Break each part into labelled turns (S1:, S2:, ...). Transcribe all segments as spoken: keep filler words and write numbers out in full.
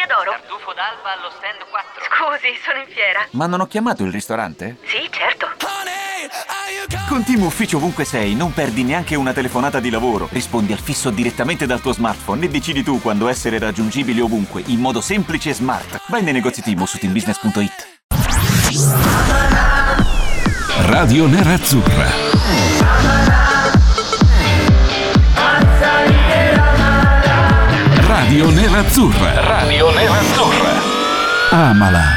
S1: Storia d'oro.
S2: Tartufo d'alba allo stand quattro.
S1: Scusi, sono in fiera.
S3: Ma non ho chiamato il ristorante?
S1: Sì, certo.
S3: Con Team Ufficio ovunque sei, non perdi neanche una telefonata di lavoro. Rispondi al fisso direttamente dal tuo smartphone e decidi tu quando essere raggiungibile ovunque, in modo semplice e smart. Vai nei negozi Team o su team business punto it.
S4: Radio Nerazzurra. Radio Nerazzurra. Radio Nerazzurra. Amala.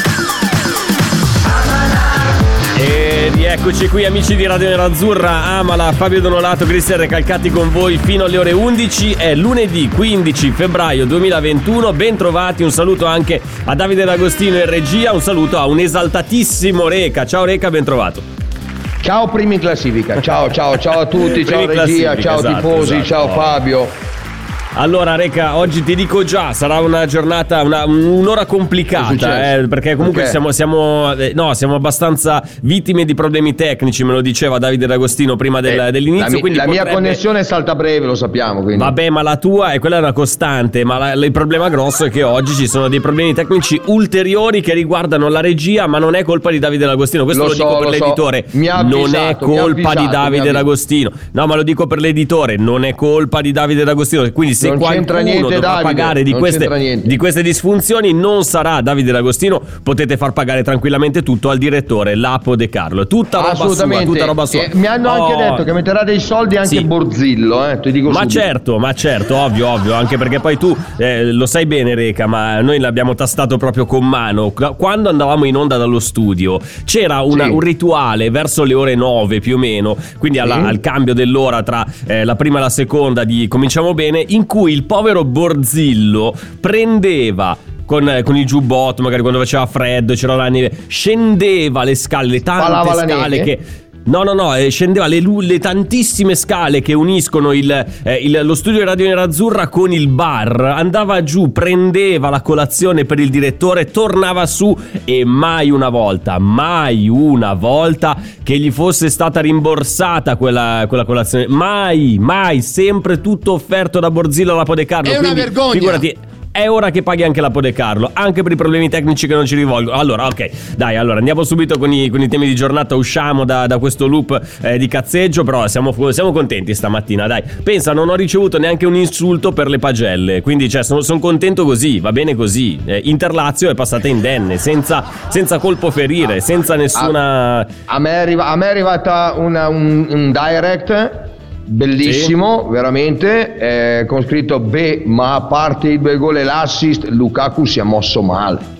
S5: E rieccoci qui amici di Radio Nerazzurra, Amala, Fabio Donolato, Cristian Recalcati con voi fino alle ore undici. È lunedì quindici febbraio duemilaventuno. Ben trovati, un saluto anche a Davide D'Agostino in regia, un saluto a un esaltatissimo Reca. Ciao Reca, ben trovato.
S6: Ciao primi in classifica, ciao ciao ciao a tutti, ciao regia, ciao
S5: esatto,
S6: tifosi,
S5: esatto.
S6: Ciao Fabio.
S5: Allora Reca, oggi ti dico già, sarà una giornata, una, un'ora complicata, eh, perché comunque okay. siamo, siamo, eh, no, siamo abbastanza vittime di problemi tecnici, me lo diceva Davide D'Agostino prima del,
S6: eh,
S5: dell'inizio.
S6: La,
S5: quindi
S6: la
S5: potrebbe...
S6: mia connessione salta breve, lo sappiamo. Quindi.
S5: Vabbè, ma la tua è quella è una costante, ma la, il problema grosso è che oggi ci sono dei problemi tecnici ulteriori che riguardano la regia, ma non è colpa di Davide D'Agostino, questo lo, lo so, dico per lo l'editore, so. avvisato, non è colpa di Davide D'Agostino, no, ma lo dico per l'editore, non è colpa di Davide D'Agostino, quindi se non qualcuno dovrà Davide, pagare di queste, di queste disfunzioni non sarà Davide D'Agostino, potete far pagare tranquillamente tutto al direttore Lapo De Carlo, tutta roba sua, tutta roba sua.
S6: Eh, mi hanno oh. anche detto che metterà dei soldi anche sì. Borzillo, eh, ti dico
S5: ma
S6: subito.
S5: certo, ma certo, ovvio, ovvio, anche perché poi tu eh, lo sai bene Reca, ma noi l'abbiamo tastato proprio con mano, quando andavamo in onda dallo studio c'era una, sì. un rituale verso le ore nove più o meno, quindi alla, sì. al cambio dell'ora tra eh, la prima e la seconda di Cominciamo Bene, in cui il povero Borzillo prendeva con, con il giubbotto, magari quando faceva freddo, c'era la neve, scendeva le scale, le tante Palava scale che... No, no, no, eh, scendeva le, le tantissime scale che uniscono il, eh, il, lo studio di Radio Nerazzurra con il bar, andava giù, prendeva la colazione per il direttore, tornava su e mai una volta, mai una volta che gli fosse stata rimborsata quella, quella colazione, mai, mai, sempre tutto offerto da Borzillo alla De Carlo.
S6: È una vergogna!
S5: Figurati, è ora che paghi anche la De Carlo, anche per i problemi tecnici che non ci rivolgono. Allora, ok, dai, allora andiamo subito con i, con i temi di giornata, usciamo da, da questo loop eh, di cazzeggio, però siamo, siamo contenti stamattina, dai. Pensa, non ho ricevuto neanche un insulto per le pagelle, quindi cioè sono son contento così, va bene così. Eh, Interlazio è passata indenne, senza, senza colpo ferire, senza nessuna...
S6: A, a, me, è arriva, a me è arrivata una, un, un direct... Bellissimo, sì. veramente, eh, con scritto beh, ma a parte i due gol e l'assist, Lukaku si è mosso male.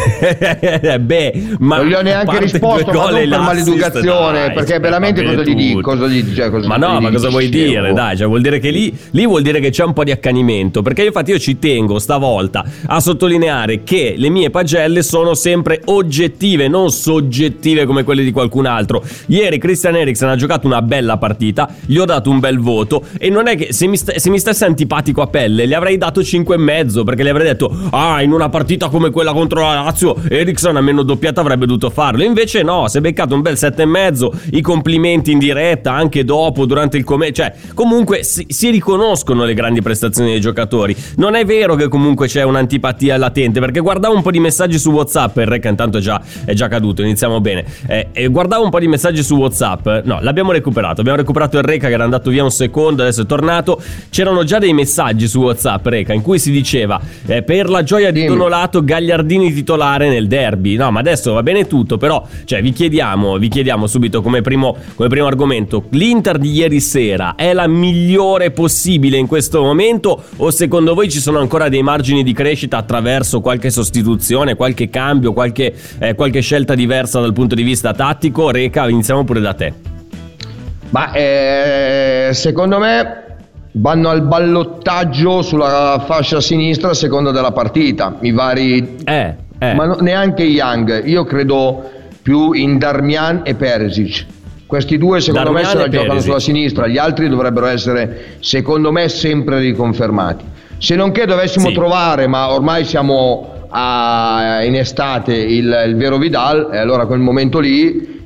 S5: Beh, ma
S6: non gli ho neanche risposto, ma non per maleducazione, dai, perché veramente cosa gli dico? Cosa gli, cioè, cosa
S5: ma no,
S6: gli
S5: ma cosa vuoi
S6: scemo.
S5: dire? Dai, cioè vuol dire che lì, lì vuol dire che c'è un po' di accanimento, perché infatti io ci tengo stavolta a sottolineare che le mie pagelle sono sempre oggettive, non soggettive come quelle di qualcun altro. Ieri Christian Eriksen ha giocato una bella partita, gli ho dato un bel voto e non è che se mi, st- se mi stesse antipatico a pelle gli avrei dato cinque e mezzo, perché gli avrei detto ah, in una partita come quella contro la Lazio Eriksen a meno doppiata avrebbe dovuto farlo, invece no, si è beccato un bel sette e mezzo, i complimenti in diretta anche dopo, durante il come, cioè comunque si, si riconoscono le grandi prestazioni dei giocatori. Non è vero che comunque c'è un'antipatia latente, perché guardavo un po' di messaggi su WhatsApp, il Reca intanto è già, è già caduto, iniziamo bene, eh, e guardavo un po' di messaggi su WhatsApp, no, l'abbiamo recuperato, abbiamo recuperato il Reca che era andato via un secondo, adesso è tornato. C'erano già dei messaggi su WhatsApp, Reca, in cui si diceva eh, per la gioia di Donolato Gagliardini titolare nel derby. No, ma adesso va bene tutto, però cioè vi chiediamo, vi chiediamo subito come primo, come primo argomento, l'Inter di ieri sera è la migliore possibile in questo momento o secondo voi ci sono ancora dei margini di crescita attraverso qualche sostituzione, qualche cambio, qualche, eh, qualche scelta diversa dal punto di vista tattico? Reca, iniziamo pure da te.
S6: Ma eh, secondo me vanno al ballottaggio sulla fascia sinistra a seconda della partita, i vari
S5: eh, eh.
S6: ma no, neanche Young, io credo più in Darmian e Perisic, questi due secondo Darmian me se la giocano Perisic sulla sinistra, gli altri dovrebbero essere secondo me sempre riconfermati, se non che dovessimo sì. trovare, ma ormai siamo a, in estate il, il vero Vidal, e allora a quel momento lì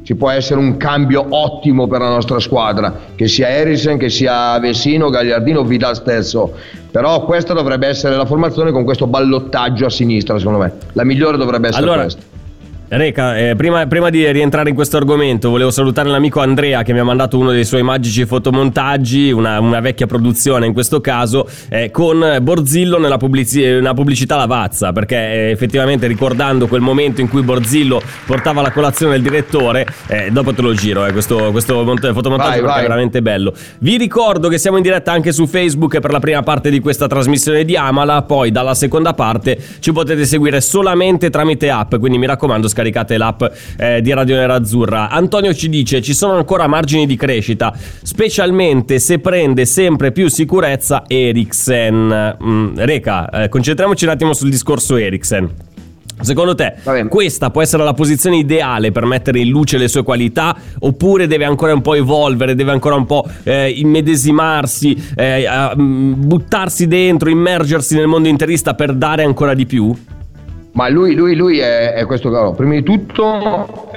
S6: ci può essere un cambio ottimo per la nostra squadra, che sia Eriksen, che sia Vecino, Gagliardino o Vidal stesso, però questa dovrebbe essere la formazione con questo ballottaggio a sinistra, secondo me la migliore dovrebbe essere
S5: allora,
S6: questa.
S5: Reca, eh, prima, prima di rientrare in questo argomento volevo salutare l'amico Andrea che mi ha mandato uno dei suoi magici fotomontaggi, una, una vecchia produzione in questo caso, eh, con Borzillo nella pubblici- una pubblicità Lavazza, perché eh, effettivamente ricordando quel momento in cui Borzillo portava la colazione del direttore, eh, dopo te lo giro, eh, questo, questo mont- fotomontaggio vai, vai. È veramente bello. Vi ricordo che siamo in diretta anche su Facebook per la prima parte di questa trasmissione di Amala, poi dalla seconda parte ci potete seguire solamente tramite app, quindi mi raccomando caricate l'app eh, di Radio Nerazzurra. Antonio ci dice: ci sono ancora margini di crescita, specialmente se prende sempre più sicurezza Eriksen. Mm, Reca, eh, concentriamoci un attimo sul discorso Eriksen. Secondo te questa può essere la posizione ideale per mettere in luce le sue qualità, oppure deve ancora un po' evolvere, deve ancora un po' eh, immedesimarsi, eh, buttarsi dentro, immergersi nel mondo interista per dare ancora di più?
S6: Ma lui, lui, lui è, è questo caro. Prima di tutto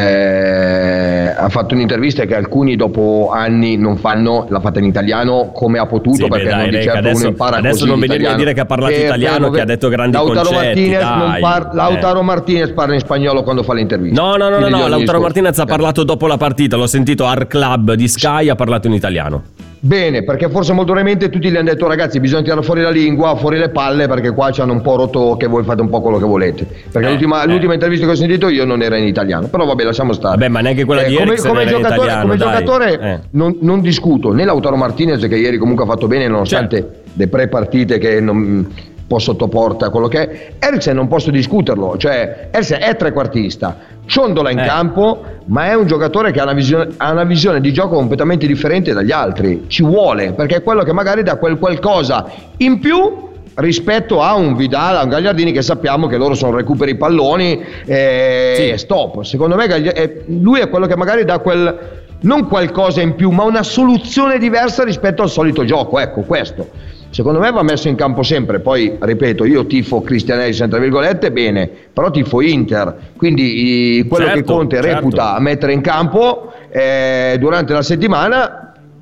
S6: eh, ha fatto un'intervista che alcuni dopo anni non fanno, l'ha fatta in italiano come ha potuto, sì, perché beh, dai, non di certo
S5: adesso,
S6: uno impara
S5: adesso
S6: così
S5: non venirmi a dire che ha parlato
S6: per,
S5: italiano,
S6: per,
S5: che ha detto grandi
S6: Lautaro
S5: concetti.
S6: Martinez
S5: dai,
S6: non par-
S5: eh.
S6: Lautaro Martinez parla in spagnolo quando fa l'intervista.
S5: No, no, no, no, no Lautaro Martinez ha parlato dopo la partita, l'ho sentito Art Club di Sky, ha parlato in italiano.
S6: Bene, perché forse molto probabilmente tutti gli hanno detto: ragazzi, bisogna tirare fuori la lingua, fuori le palle, perché qua ci hanno un po' rotto che voi fate un po' quello che volete. Perché eh, l'ultima, eh. l'ultima intervista che ho sentito io non era in italiano, però vabbè, lasciamo stare.
S5: Vabbè, ma neanche quella
S6: eh,
S5: di
S6: come,
S5: Eriksen
S6: come
S5: era
S6: giocatore,
S5: in italiano,
S6: come
S5: dai.
S6: giocatore
S5: eh.
S6: non, non discuto né Lautaro Martinez, che ieri comunque ha fatto bene nonostante certo. le pre-partite che non un po' sottoporta quello che è. Eriksen non posso discuterlo, cioè Eriksen è trequartista, ciondola in eh. campo, ma è un giocatore che ha una, visione, ha una visione di gioco completamente differente dagli altri. Ci vuole, perché è quello che magari dà quel qualcosa in più rispetto a un Vidal, a un Gagliardini, che sappiamo che loro sono recuperi palloni e sì. stop. Secondo me Gagli- lui è quello che magari dà quel, non qualcosa in più, ma una soluzione diversa rispetto al solito gioco. Ecco, questo secondo me va messo in campo sempre. Poi ripeto, io tifo Christian Eriksen tra virgolette, bene, però tifo Inter, quindi quello certo, che Conte certo. reputa a mettere in campo eh, durante la settimana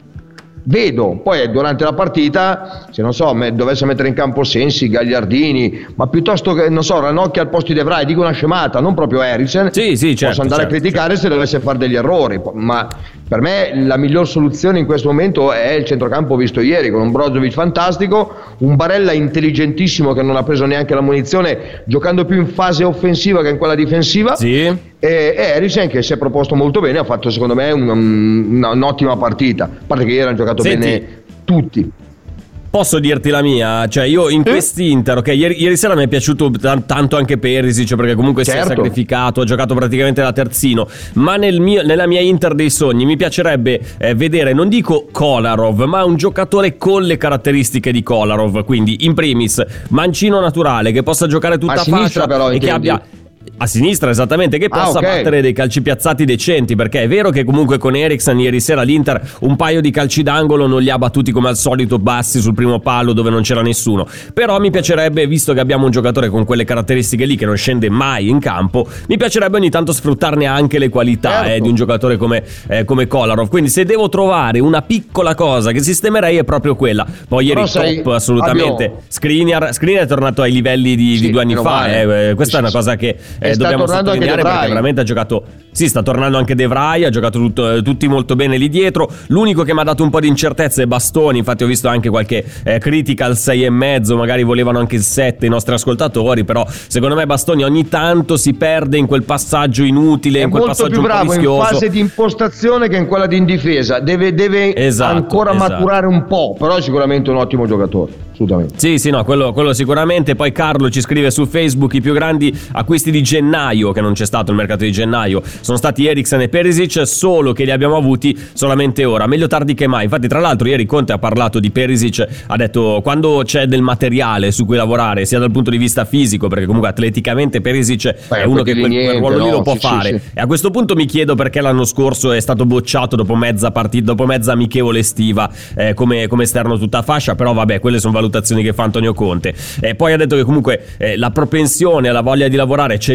S6: vedo. Poi durante la partita, se non so, me, dovesse mettere in campo Sensi, Gagliardini, ma piuttosto che, non so, Ranocchia al posto di De Vrij, dico una scemata, non proprio Eriksen,
S5: sì, sì, certo,
S6: posso andare
S5: certo,
S6: a criticare
S5: certo.
S6: se dovesse fare degli errori, ma per me la miglior soluzione in questo momento è il centrocampo visto ieri, con un Brozovic fantastico, un Barella intelligentissimo che non ha preso neanche la munizione, giocando più in fase offensiva che in quella difensiva,
S5: sì.
S6: e, e Eriksen che si è proposto molto bene, ha fatto secondo me un, un, un'ottima partita, a parte che ieri hanno giocato Senti. bene tutti.
S5: Posso dirti la mia? Cioè io in questi Inter, ok, ieri, ieri sera mi è piaciuto t- tanto anche Perisic, perché comunque certo. si è sacrificato, ha giocato praticamente da terzino, ma nel mio, nella mia Inter dei sogni mi piacerebbe eh, vedere, non dico Kolarov, ma un giocatore con le caratteristiche di Kolarov, quindi in primis mancino naturale, che possa giocare tutta a fascia
S6: però,
S5: e
S6: intendi.
S5: che abbia... A sinistra, esattamente, che possa ah, okay. battere dei calci piazzati decenti, perché è vero che comunque con Eriksen ieri sera l'Inter un paio di calci d'angolo non li ha battuti come al solito bassi sul primo palo dove non c'era nessuno, però mi piacerebbe, visto che abbiamo un giocatore con quelle caratteristiche lì che non scende mai in campo, mi piacerebbe ogni tanto sfruttarne anche le qualità certo. eh, di un giocatore come, eh, come Kolarov, quindi se devo trovare una piccola cosa che sistemerei è proprio quella. Poi ieri però top sei... assolutamente Abbiamo... Skriniar, Skriniar è tornato ai livelli di, sì, di due anni fa eh, questa sì, è una cosa che Eh, dobbiamo sottolineare, perché veramente ha giocato, sì, sta tornando anche De Vrij, ha giocato tutto, tutti molto bene lì dietro. L'unico che mi ha dato un po' di incertezza è Bastoni, infatti ho visto anche qualche eh, critica al sei e mezzo, magari volevano anche il sette i nostri ascoltatori, però secondo me Bastoni ogni tanto si perde in quel passaggio inutile,
S6: è
S5: in quel passaggio un po' rischioso. È molto più bravo in fase di impostazione che in quella di in difesa, deve, deve esatto,
S6: ancora esatto. maturare un po', però è sicuramente un ottimo giocatore, assolutamente.
S5: Sì, sì, no, quello, quello sicuramente. Poi Carlo ci scrive su Facebook: i più grandi acquisti di gennaio, che non c'è stato il mercato di gennaio, sono stati Eriksen e Perisic, solo che li abbiamo avuti solamente ora, meglio tardi che mai. Infatti tra l'altro ieri Conte ha parlato di Perisic, ha detto quando c'è del materiale su cui lavorare sia dal punto di vista fisico, perché comunque atleticamente Perisic Beh, è uno che quel, niente, quel ruolo no, lì lo può sì, fare sì, sì. E a questo punto mi chiedo perché l'anno scorso è stato bocciato dopo mezza partita, dopo mezza amichevole estiva eh, come, come esterno tutta fascia, però vabbè, quelle sono valutazioni che fa Antonio Conte. E poi ha detto che comunque eh, la propensione, la voglia di lavorare c'è lì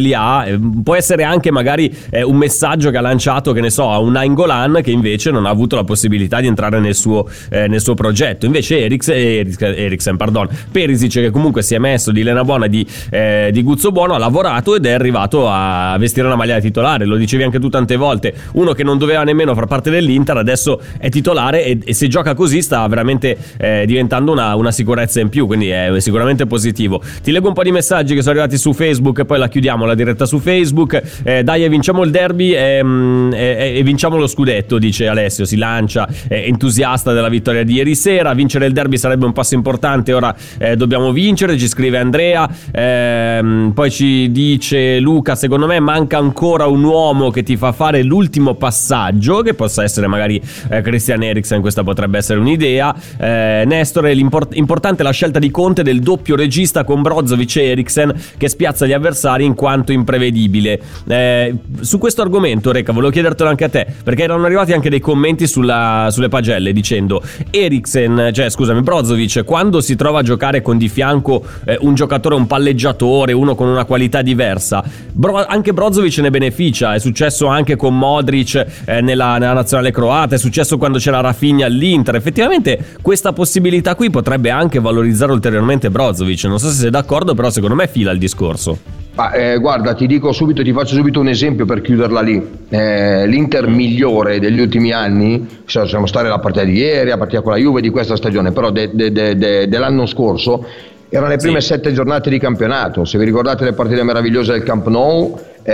S5: li ha, eh, può essere anche magari eh, un messaggio che ha lanciato, che ne so, a un Nainggolan che invece non ha avuto la possibilità di entrare nel suo, eh, nel suo progetto. Invece Eriksen, Eriksen, Eriksen pardon, Perisic, che comunque si è messo di lena buona, di, eh, di guzzo buono, ha lavorato ed è arrivato a vestire una maglia titolare. Lo dicevi anche tu tante volte, uno che non doveva nemmeno far parte dell'Inter adesso è titolare e, e se gioca così sta veramente eh, diventando una, una sicurezza in più, quindi è sicuramente positivo. Ti leggo un po' di messaggi che sono arrivati su Facebook e poi la chiudiamo la diretta su Facebook. eh, dai e vinciamo il derby e, e, e vinciamo lo scudetto, dice Alessio, si lancia, è entusiasta della vittoria di ieri sera. Vincere il derby sarebbe un passo importante, ora eh, dobbiamo vincere, ci scrive Andrea. Eh, poi ci dice Luca, secondo me manca ancora un uomo che ti fa fare l'ultimo passaggio, che possa essere magari eh, Christian Eriksen, questa potrebbe essere un'idea. eh, Nestore, l'importante è la scelta di Conte del doppio regista con Brozovic e Eriksen che spiazza gli avversari in quanto imprevedibile. Eh, su questo argomento, Reca, volevo chiedertelo anche a te, perché erano arrivati anche dei commenti sulla, sulle pagelle dicendo Eriksen, cioè scusami, Brozovic quando si trova a giocare con di fianco eh, un giocatore, un palleggiatore, uno con una qualità diversa, Bro- anche Brozovic ne beneficia. È successo anche con Modric eh, nella, nella nazionale croata, è successo quando c'era Rafinha all'Inter. Effettivamente questa possibilità qui potrebbe anche valorizzare ulteriormente Brozovic. Non so se sei d'accordo, però secondo me fila il discorso.
S6: Ah, eh, guarda, ti dico subito, ti faccio subito un esempio per chiuderla lì. Eh, L'Inter migliore degli ultimi anni, possiamo stare alla partita di ieri, a partita con la Juve di questa stagione, però de, de, de, de, dell'anno scorso erano le prime sì. sette giornate di campionato. Se vi ricordate le partite meravigliose del Camp Nou,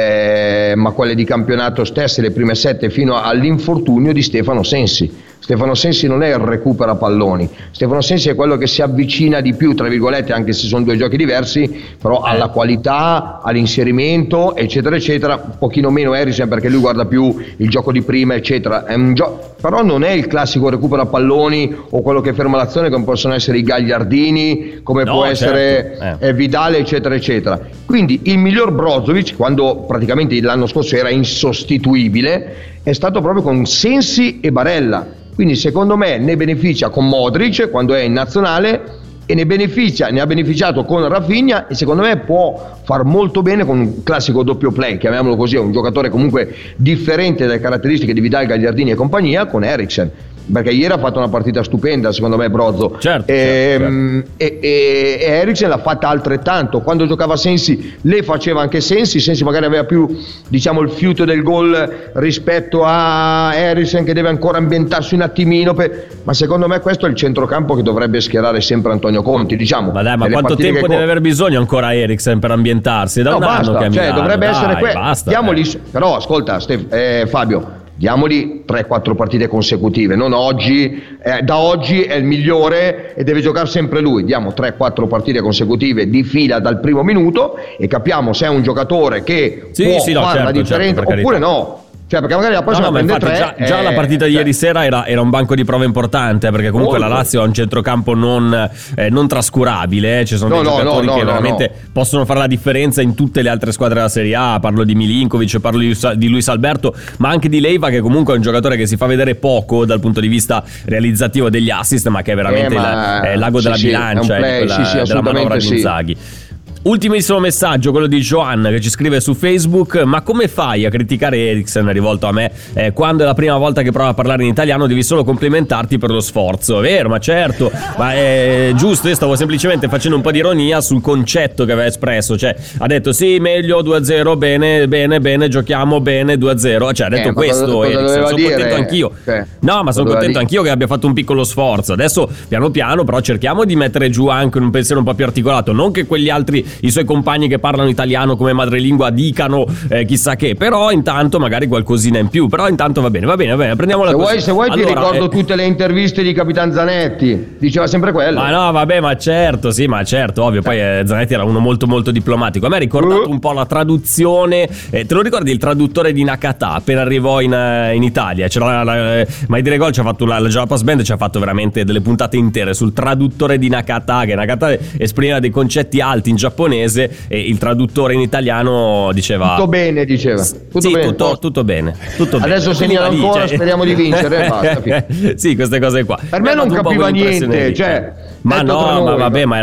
S6: eh, ma quelle di campionato stesse, le prime sette, fino all'infortunio di Stefano Sensi. Stefano Sensi non è il recupera palloni, Stefano Sensi è quello che si avvicina di più, tra virgolette, anche se sono due giochi diversi, però alla qualità, all'inserimento, eccetera eccetera. Un pochino meno Eriksen perché lui guarda più il gioco di prima, eccetera. È un gio- però non è il classico recupera palloni o quello che ferma l'azione, come possono essere i Gagliardini, come no, può certo. essere eh. Vidale, eccetera eccetera. Quindi il miglior Brozovic, quando praticamente l'anno scorso era insostituibile, è stato proprio con Sensi e Barella. Quindi secondo me ne beneficia con Modric quando è in nazionale e ne beneficia, ne ha beneficiato con Rafinha, e secondo me può far molto bene con un classico doppio play, chiamiamolo così, un giocatore comunque differente dalle caratteristiche di Vidal, Gagliardini e compagnia, con Eriksen. Perché ieri ha fatto una partita stupenda secondo me Brozo,
S5: certo,
S6: e,
S5: certo.
S6: E, e, e Eriksen l'ha fatta altrettanto. Quando giocava Sensi le faceva anche Sensi, Sensi magari aveva più, diciamo, il fiuto del gol rispetto a Eriksen che deve ancora ambientarsi un attimino per... ma secondo me questo è il centrocampo che dovrebbe schierare sempre Antonio Conti, diciamo.
S5: Ma dai, ma quanto tempo deve co- aver bisogno ancora Eriksen per ambientarsi? Da
S6: no,
S5: un
S6: basta,
S5: anno che
S6: cioè, dovrebbe
S5: dai,
S6: essere que-
S5: basta,
S6: diamogli,
S5: eh.
S6: però ascolta Stef- eh, Fabio, diamogli tre quattro partite consecutive, non oggi, eh, da oggi è il migliore e deve giocare sempre lui. Diamo tre quattro partite consecutive di fila dal primo minuto e capiamo se è un giocatore che
S5: sì,
S6: può
S5: sì, no,
S6: fare
S5: certo,
S6: la differenza
S5: certo,
S6: oppure no. Cioè, perché magari la prossima
S5: no, no,
S6: prende tre.
S5: Già, già
S6: eh,
S5: la partita di
S6: cioè,
S5: ieri sera era, era un banco di prova importante, perché comunque molto. La Lazio ha un centrocampo non, eh, non trascurabile. Eh. Ci sono no, dei no, giocatori no, no, che no, veramente no. possono fare la differenza in tutte le altre squadre della Serie A. Parlo di Milinkovic, parlo di, di Luis Alberto, ma anche di Leiva, che comunque è un giocatore che si fa vedere poco dal punto di vista realizzativo degli assist, ma che è veramente eh, ma... la, eh, l'ago sì, della sì, bilancia
S6: play,
S5: eh, quella,
S6: sì, sì,
S5: della manovra
S6: sì.
S5: di Inzaghi. Ultimissimo messaggio, quello di Joan, che ci scrive su Facebook: ma come fai a criticare Eriksen, rivolto a me, eh, quando è la prima volta che prova a parlare in italiano? Devi solo complimentarti per lo sforzo. È vero, ma certo, ma è giusto. Io stavo semplicemente facendo un po' di ironia sul concetto che aveva espresso, cioè ha detto sì, meglio due a zero, bene, bene, bene, giochiamo bene due a zero, cioè ha detto eh, questo cosa, Eriksen, cosa sono dire? contento anch'io eh, no, ma sono contento dire? anch'io che abbia fatto un piccolo sforzo. Adesso piano piano però cerchiamo di mettere giù anche un pensiero un po' più articolato, non che quegli altri, i suoi compagni che parlano italiano come madrelingua, dicano eh, chissà che, però intanto magari qualcosina in più, però intanto va bene, va bene, va bene, prendiamola
S6: se
S5: così.
S6: Vuoi, se vuoi allora, ti ricordo eh... tutte le interviste di Capitan Zanetti, diceva sempre quello.
S5: Ma no, vabbè, ma certo, sì, ma certo, ovvio, poi eh, Zanetti era uno molto molto diplomatico. A me ha ricordato uh. un po' la traduzione, eh, te lo ricordi il traduttore di Nakata appena arrivò in, in Italia? C'era la, la, eh, Mai Dire Gol ci ha fatto la, la Jalapas Band ci ha fatto veramente delle puntate intere sul traduttore di Nakata, che Nakata esprimeva dei concetti alti in giapponese e il traduttore in italiano diceva
S6: tutto bene, diceva tutto
S5: sì,
S6: bene,
S5: tutto, tutto bene, tutto
S6: adesso
S5: bene.
S6: segnala ancora, cioè... speriamo di vincere, basta.
S5: Sì, queste cose qua
S6: per me non capiva niente, cioè,
S5: ma no, ma vabbè, ma era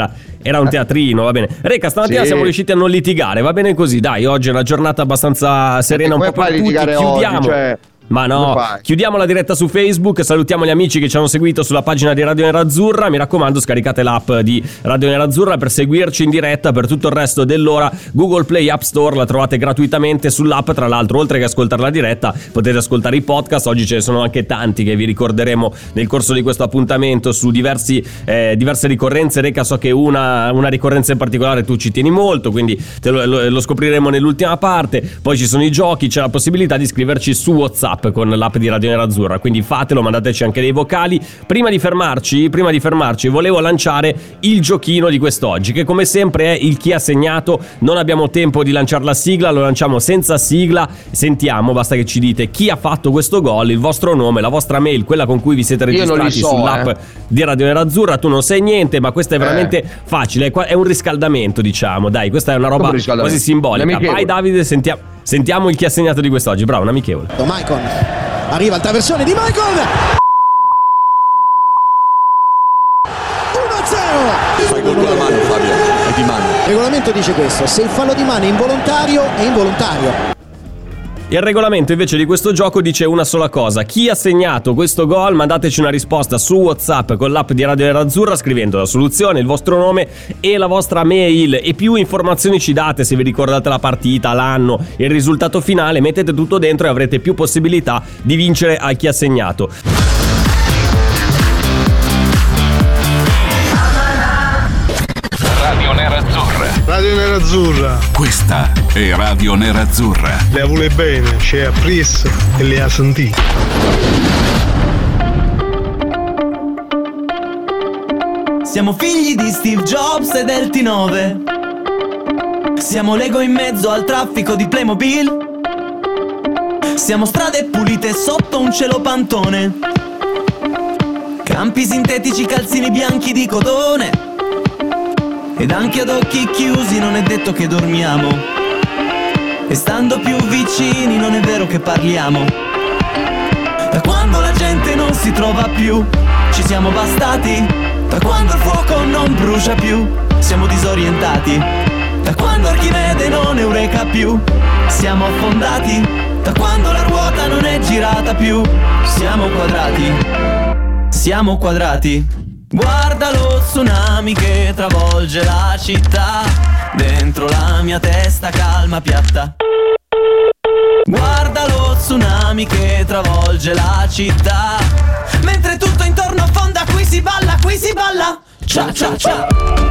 S5: era un teatrino, va bene. Reca, stamattina sì. siamo riusciti a non litigare, va bene così, dai, oggi è una giornata abbastanza serena, un po' per tutti, chiudiamo.
S6: Oggi, cioè...
S5: Ma no, chiudiamo la diretta su Facebook, salutiamo gli amici che ci hanno seguito sulla pagina di Radio Nerazzurra, mi raccomando scaricate l'app di Radio Nerazzurra per seguirci in diretta. Per tutto il resto dell'ora Google Play App Store la trovate gratuitamente sull'app, tra l'altro oltre che ascoltare la diretta potete ascoltare i podcast, oggi ce ne sono anche tanti che vi ricorderemo nel corso di questo appuntamento su diversi, eh, diverse ricorrenze. Reca, so che una, una ricorrenza in particolare tu ci tieni molto, quindi te lo, lo, lo scopriremo nell'ultima parte, poi ci sono i giochi, c'è la possibilità di iscriverci su WhatsApp con l'app di Radio Nerazzurra, quindi fatelo, mandateci anche dei vocali. Prima di fermarci, prima di fermarci volevo lanciare il giochino di quest'oggi, che come sempre è il chi ha segnato. Non abbiamo tempo di lanciare la sigla, lo lanciamo senza sigla. Sentiamo, basta che ci dite chi ha fatto questo gol, il vostro nome, la vostra mail, quella con cui vi siete registrati so, sull'app eh. di Radio Nerazzurra. Tu non sai niente, ma questa è veramente eh. facile, è un riscaldamento, diciamo, dai, questa è una roba quasi simbolica. Vai Davide, sentiamo Sentiamo il chi ha segnato di quest'oggi. Bravo, un amichevole.
S1: Maicon, arriva il traversone di Maicon. uno a zero.
S7: Fai gol con la mano, Fabio, è di mano.
S1: Il regolamento dice questo: se il fallo di mano è involontario, è involontario.
S5: Il regolamento invece di questo gioco dice una sola cosa: chi ha segnato questo gol, mandateci una risposta su WhatsApp con l'app di Radio Nerazzurra scrivendo la soluzione, il vostro nome e la vostra mail, e più informazioni ci date, se vi ricordate la partita, l'anno, il risultato finale, mettete tutto dentro e avrete più possibilità di vincere a chi ha segnato.
S8: Radio Nerazzurra.
S4: Questa è Radio Nerazzurra.
S8: Le vuole bene, c'è a Pris e le ha sentite.
S9: Siamo figli di Steve Jobs e del T nove. Siamo Lego in mezzo al traffico di Playmobil. Siamo strade pulite sotto un cielo pantone. Campi sintetici, calzini bianchi di cotone. Ed anche ad occhi chiusi non è detto che dormiamo. E stando più vicini non è vero che parliamo. Da quando la gente non si trova più, ci siamo bastati. Da quando il fuoco non brucia più, siamo disorientati. Da quando Archimede non eureka più, siamo affondati. Da quando la ruota non è girata più, siamo quadrati. Siamo quadrati. Guarda lo tsunami che travolge la città, dentro la mia testa calma piatta. Guarda lo tsunami che travolge la città, mentre tutto intorno affonda, qui si balla, qui si balla. Cia cia cia.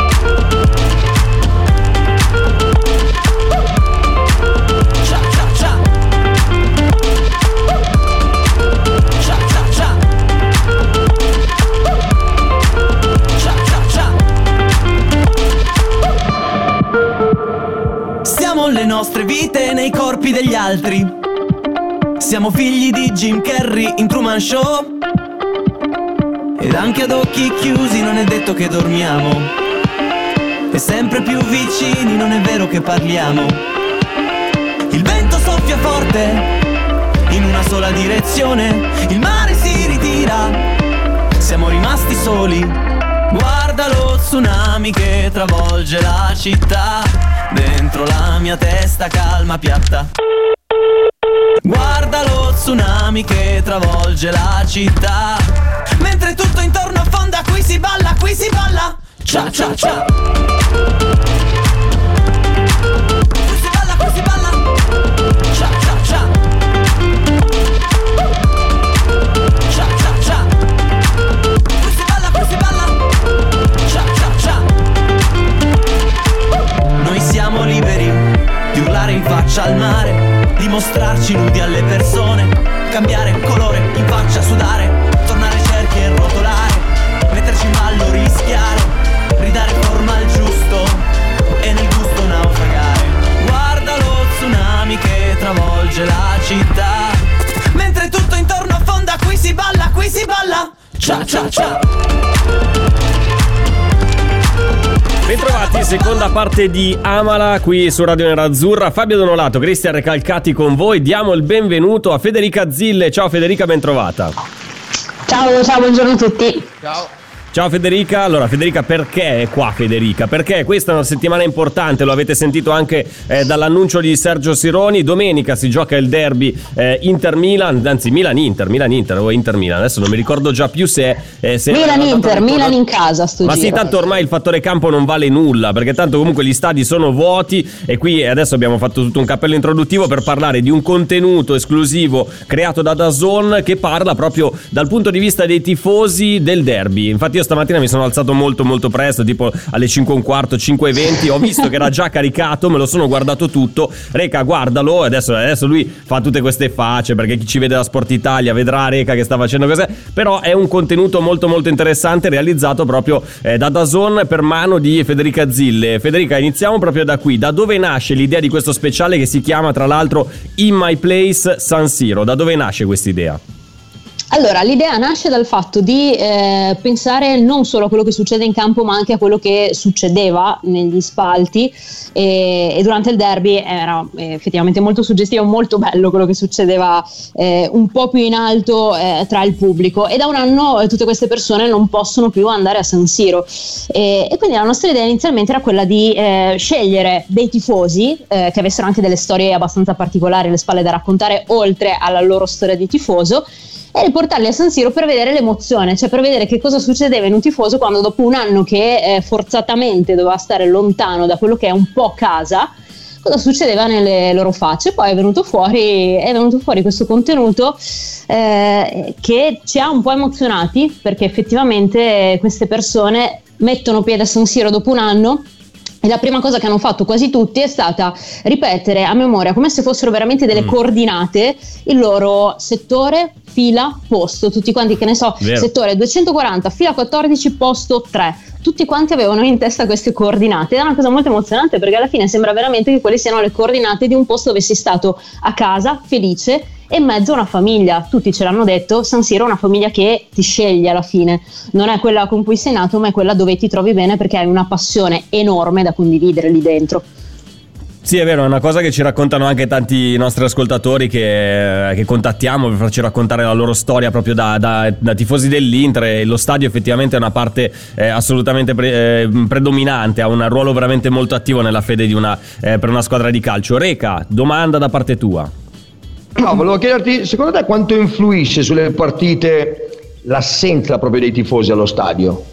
S9: Le nostre vite nei corpi degli altri. Siamo figli di Jim Carrey in Truman Show. Ed anche ad occhi chiusi non è detto che dormiamo. E sempre più vicini non è vero che parliamo. Il vento soffia forte in una sola direzione. Il mare si ritira, siamo rimasti soli. Guarda lo tsunami che travolge la città, dentro la mia testa calma piatta. Guarda lo tsunami che travolge la città, mentre tutto intorno affonda, qui si balla, qui si balla. Cia cia cia. Qui si balla, qui si balla. Cia cia cia. Cia cia cia. Qui si balla, qui si balla. Cia cia cia. Noi siamo liberi di urlare in faccia al mare, di mostrarci nudi alle persone, cambiare colore in faccia, sudare, tornare cerchi e rotolare, metterci in ballo, rischiare, ridare forma al giusto e nel gusto naufragare. Guarda lo tsunami che travolge la città, mentre tutto intorno affonda, qui si balla, qui si balla. Cia cia cia.
S5: Bentrovati, seconda parte di Amala qui su Radio Nerazzurra. Fabio Donolato, Cristian Recalcati con voi. Diamo il benvenuto a Federica Zille. Ciao Federica, bentrovata.
S10: Ciao, ciao, buongiorno a tutti.
S6: Ciao.
S5: Ciao Federica, allora Federica perché è qua Federica? Perché questa è una settimana importante, lo avete sentito anche eh, dall'annuncio di Sergio Sironi, domenica si gioca il derby eh, Inter-Milan, anzi Milan-Inter, Milan-Inter o Inter-Milan, adesso non mi ricordo già più se... Eh, se
S10: Milan-Inter, Milan in casa sto
S5: Ma
S10: giro.
S5: sì, tanto ormai il fattore campo non vale nulla, perché tanto comunque gli stadi sono vuoti e qui adesso abbiamo fatto tutto un cappello introduttivo per parlare di un contenuto esclusivo creato da DAZN che parla proprio dal punto di vista dei tifosi del derby. Infatti io stamattina mi sono alzato molto molto presto, tipo alle cinque e un quarto, cinque e venti, ho visto che era già caricato, me lo sono guardato tutto. Reca, guardalo, adesso, adesso lui fa tutte queste facce perché chi ci vede da Sport Italia vedrà Reca che sta facendo cos'è, però è un contenuto molto molto interessante realizzato proprio eh, da DAZN per mano di Federica Zille. Federica, iniziamo proprio da qui, da dove nasce l'idea di questo speciale che si chiama tra l'altro In My Place San Siro? Da dove nasce questa idea?
S10: Allora, l'idea nasce dal fatto di eh, pensare non solo a quello che succede in campo, ma anche a quello che succedeva negli spalti e, e durante il derby era effettivamente molto suggestivo, molto bello quello che succedeva eh, un po' più in alto eh, tra il pubblico, e da un anno eh, tutte queste persone non possono più andare a San Siro e, e quindi la nostra idea inizialmente era quella di eh, scegliere dei tifosi eh, che avessero anche delle storie abbastanza particolari alle spalle da raccontare oltre alla loro storia di tifoso, e riportarli a San Siro per vedere l'emozione, cioè per vedere che cosa succedeva in un tifoso quando dopo un anno che eh, forzatamente doveva stare lontano da quello che è un po' casa, cosa succedeva nelle loro facce. Poi è venuto fuori, è venuto fuori questo contenuto eh, che ci ha un po' emozionati, perché effettivamente queste persone mettono piede a San Siro dopo un anno e la prima cosa che hanno fatto quasi tutti è stata ripetere a memoria, come se fossero veramente delle mm. coordinate, il loro settore, fila, posto, tutti quanti, che ne so, Vero. settore duecentoquaranta, fila quattordici, posto tre, tutti quanti avevano in testa queste coordinate. È una cosa molto emozionante perché alla fine sembra veramente che quelle siano le coordinate di un posto dove sei stato a casa, felice, e in mezzo a una famiglia. Tutti ce l'hanno detto, San Siro è una famiglia che ti sceglie alla fine, non è quella con cui sei nato, ma è quella dove ti trovi bene perché hai una passione enorme da condividere lì dentro.
S5: Sì, è vero, è una cosa che ci raccontano anche tanti nostri ascoltatori che, che contattiamo per farci raccontare la loro storia proprio da, da, da tifosi dell'Inter, e lo stadio effettivamente è una parte eh, assolutamente pre, eh, predominante, ha un ruolo veramente molto attivo nella fede di una, eh, per una squadra di calcio. Reca, domanda da parte tua.
S6: No, volevo chiederti, secondo te quanto influisce sulle partite l'assenza proprio dei tifosi allo stadio?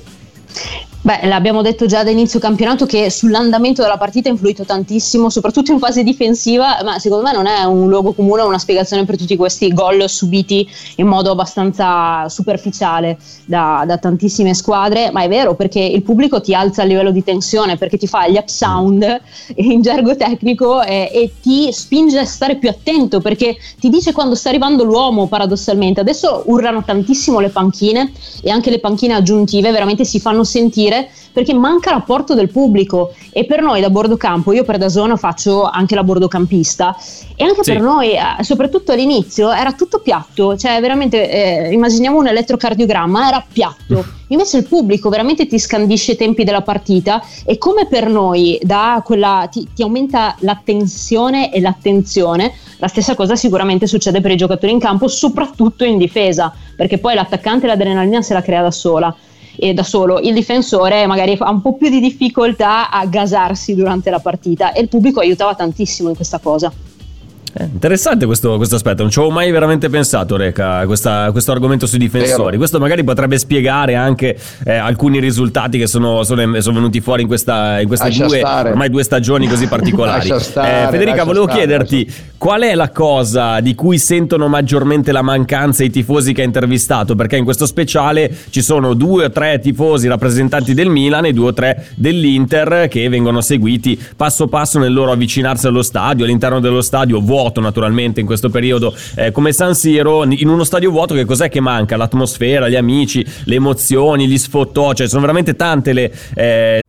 S10: Beh, l'abbiamo detto già da inizio campionato che sull'andamento della partita ha influito tantissimo, soprattutto in fase difensiva, ma secondo me non è un luogo comune, una spiegazione per tutti questi gol subiti in modo abbastanza superficiale da, da tantissime squadre, ma è vero perché il pubblico ti alza il livello di tensione, perché ti fa gli up sound in gergo tecnico eh, e ti spinge a stare più attento, perché ti dice quando sta arrivando l'uomo, paradossalmente. Adesso urlano tantissimo le panchine e anche le panchine aggiuntive veramente si fanno sentire perché manca l'apporto del pubblico, e per noi da bordocampo, io per DAZN faccio anche la bordocampista, e anche sì. per noi soprattutto all'inizio era tutto piatto, cioè veramente eh, immaginiamo un elettrocardiogramma, era piatto, invece il pubblico veramente ti scandisce i tempi della partita, e come per noi da quella ti, ti aumenta la tensione e l'attenzione, la stessa cosa sicuramente succede per i giocatori in campo, soprattutto in difesa, perché poi l'attaccante l'adrenalina se la crea da sola e da solo, il difensore magari ha un po' più di difficoltà a gasarsi durante la partita, e il pubblico aiutava tantissimo in questa cosa.
S5: Eh, interessante questo, questo aspetto, non ci avevo mai veramente pensato, Reca, questa, questo argomento sui difensori. Questo magari potrebbe spiegare anche eh, alcuni risultati che sono, sono, sono venuti fuori in, questa, in queste due, ormai due stagioni così particolari.
S6: stare,
S5: eh, Federica, volevo stare, chiederti qual è la cosa di cui sentono maggiormente la mancanza i tifosi che ha intervistato, perché in questo speciale ci sono due o tre tifosi rappresentanti del Milan e due o tre dell'Inter che vengono seguiti passo passo nel loro avvicinarsi allo stadio, all'interno dello stadio vuoto naturalmente in questo periodo eh, come San Siro. In uno stadio vuoto che cos'è che manca? L'atmosfera, gli amici, le emozioni, gli sfottò, cioè sono veramente tante le eh...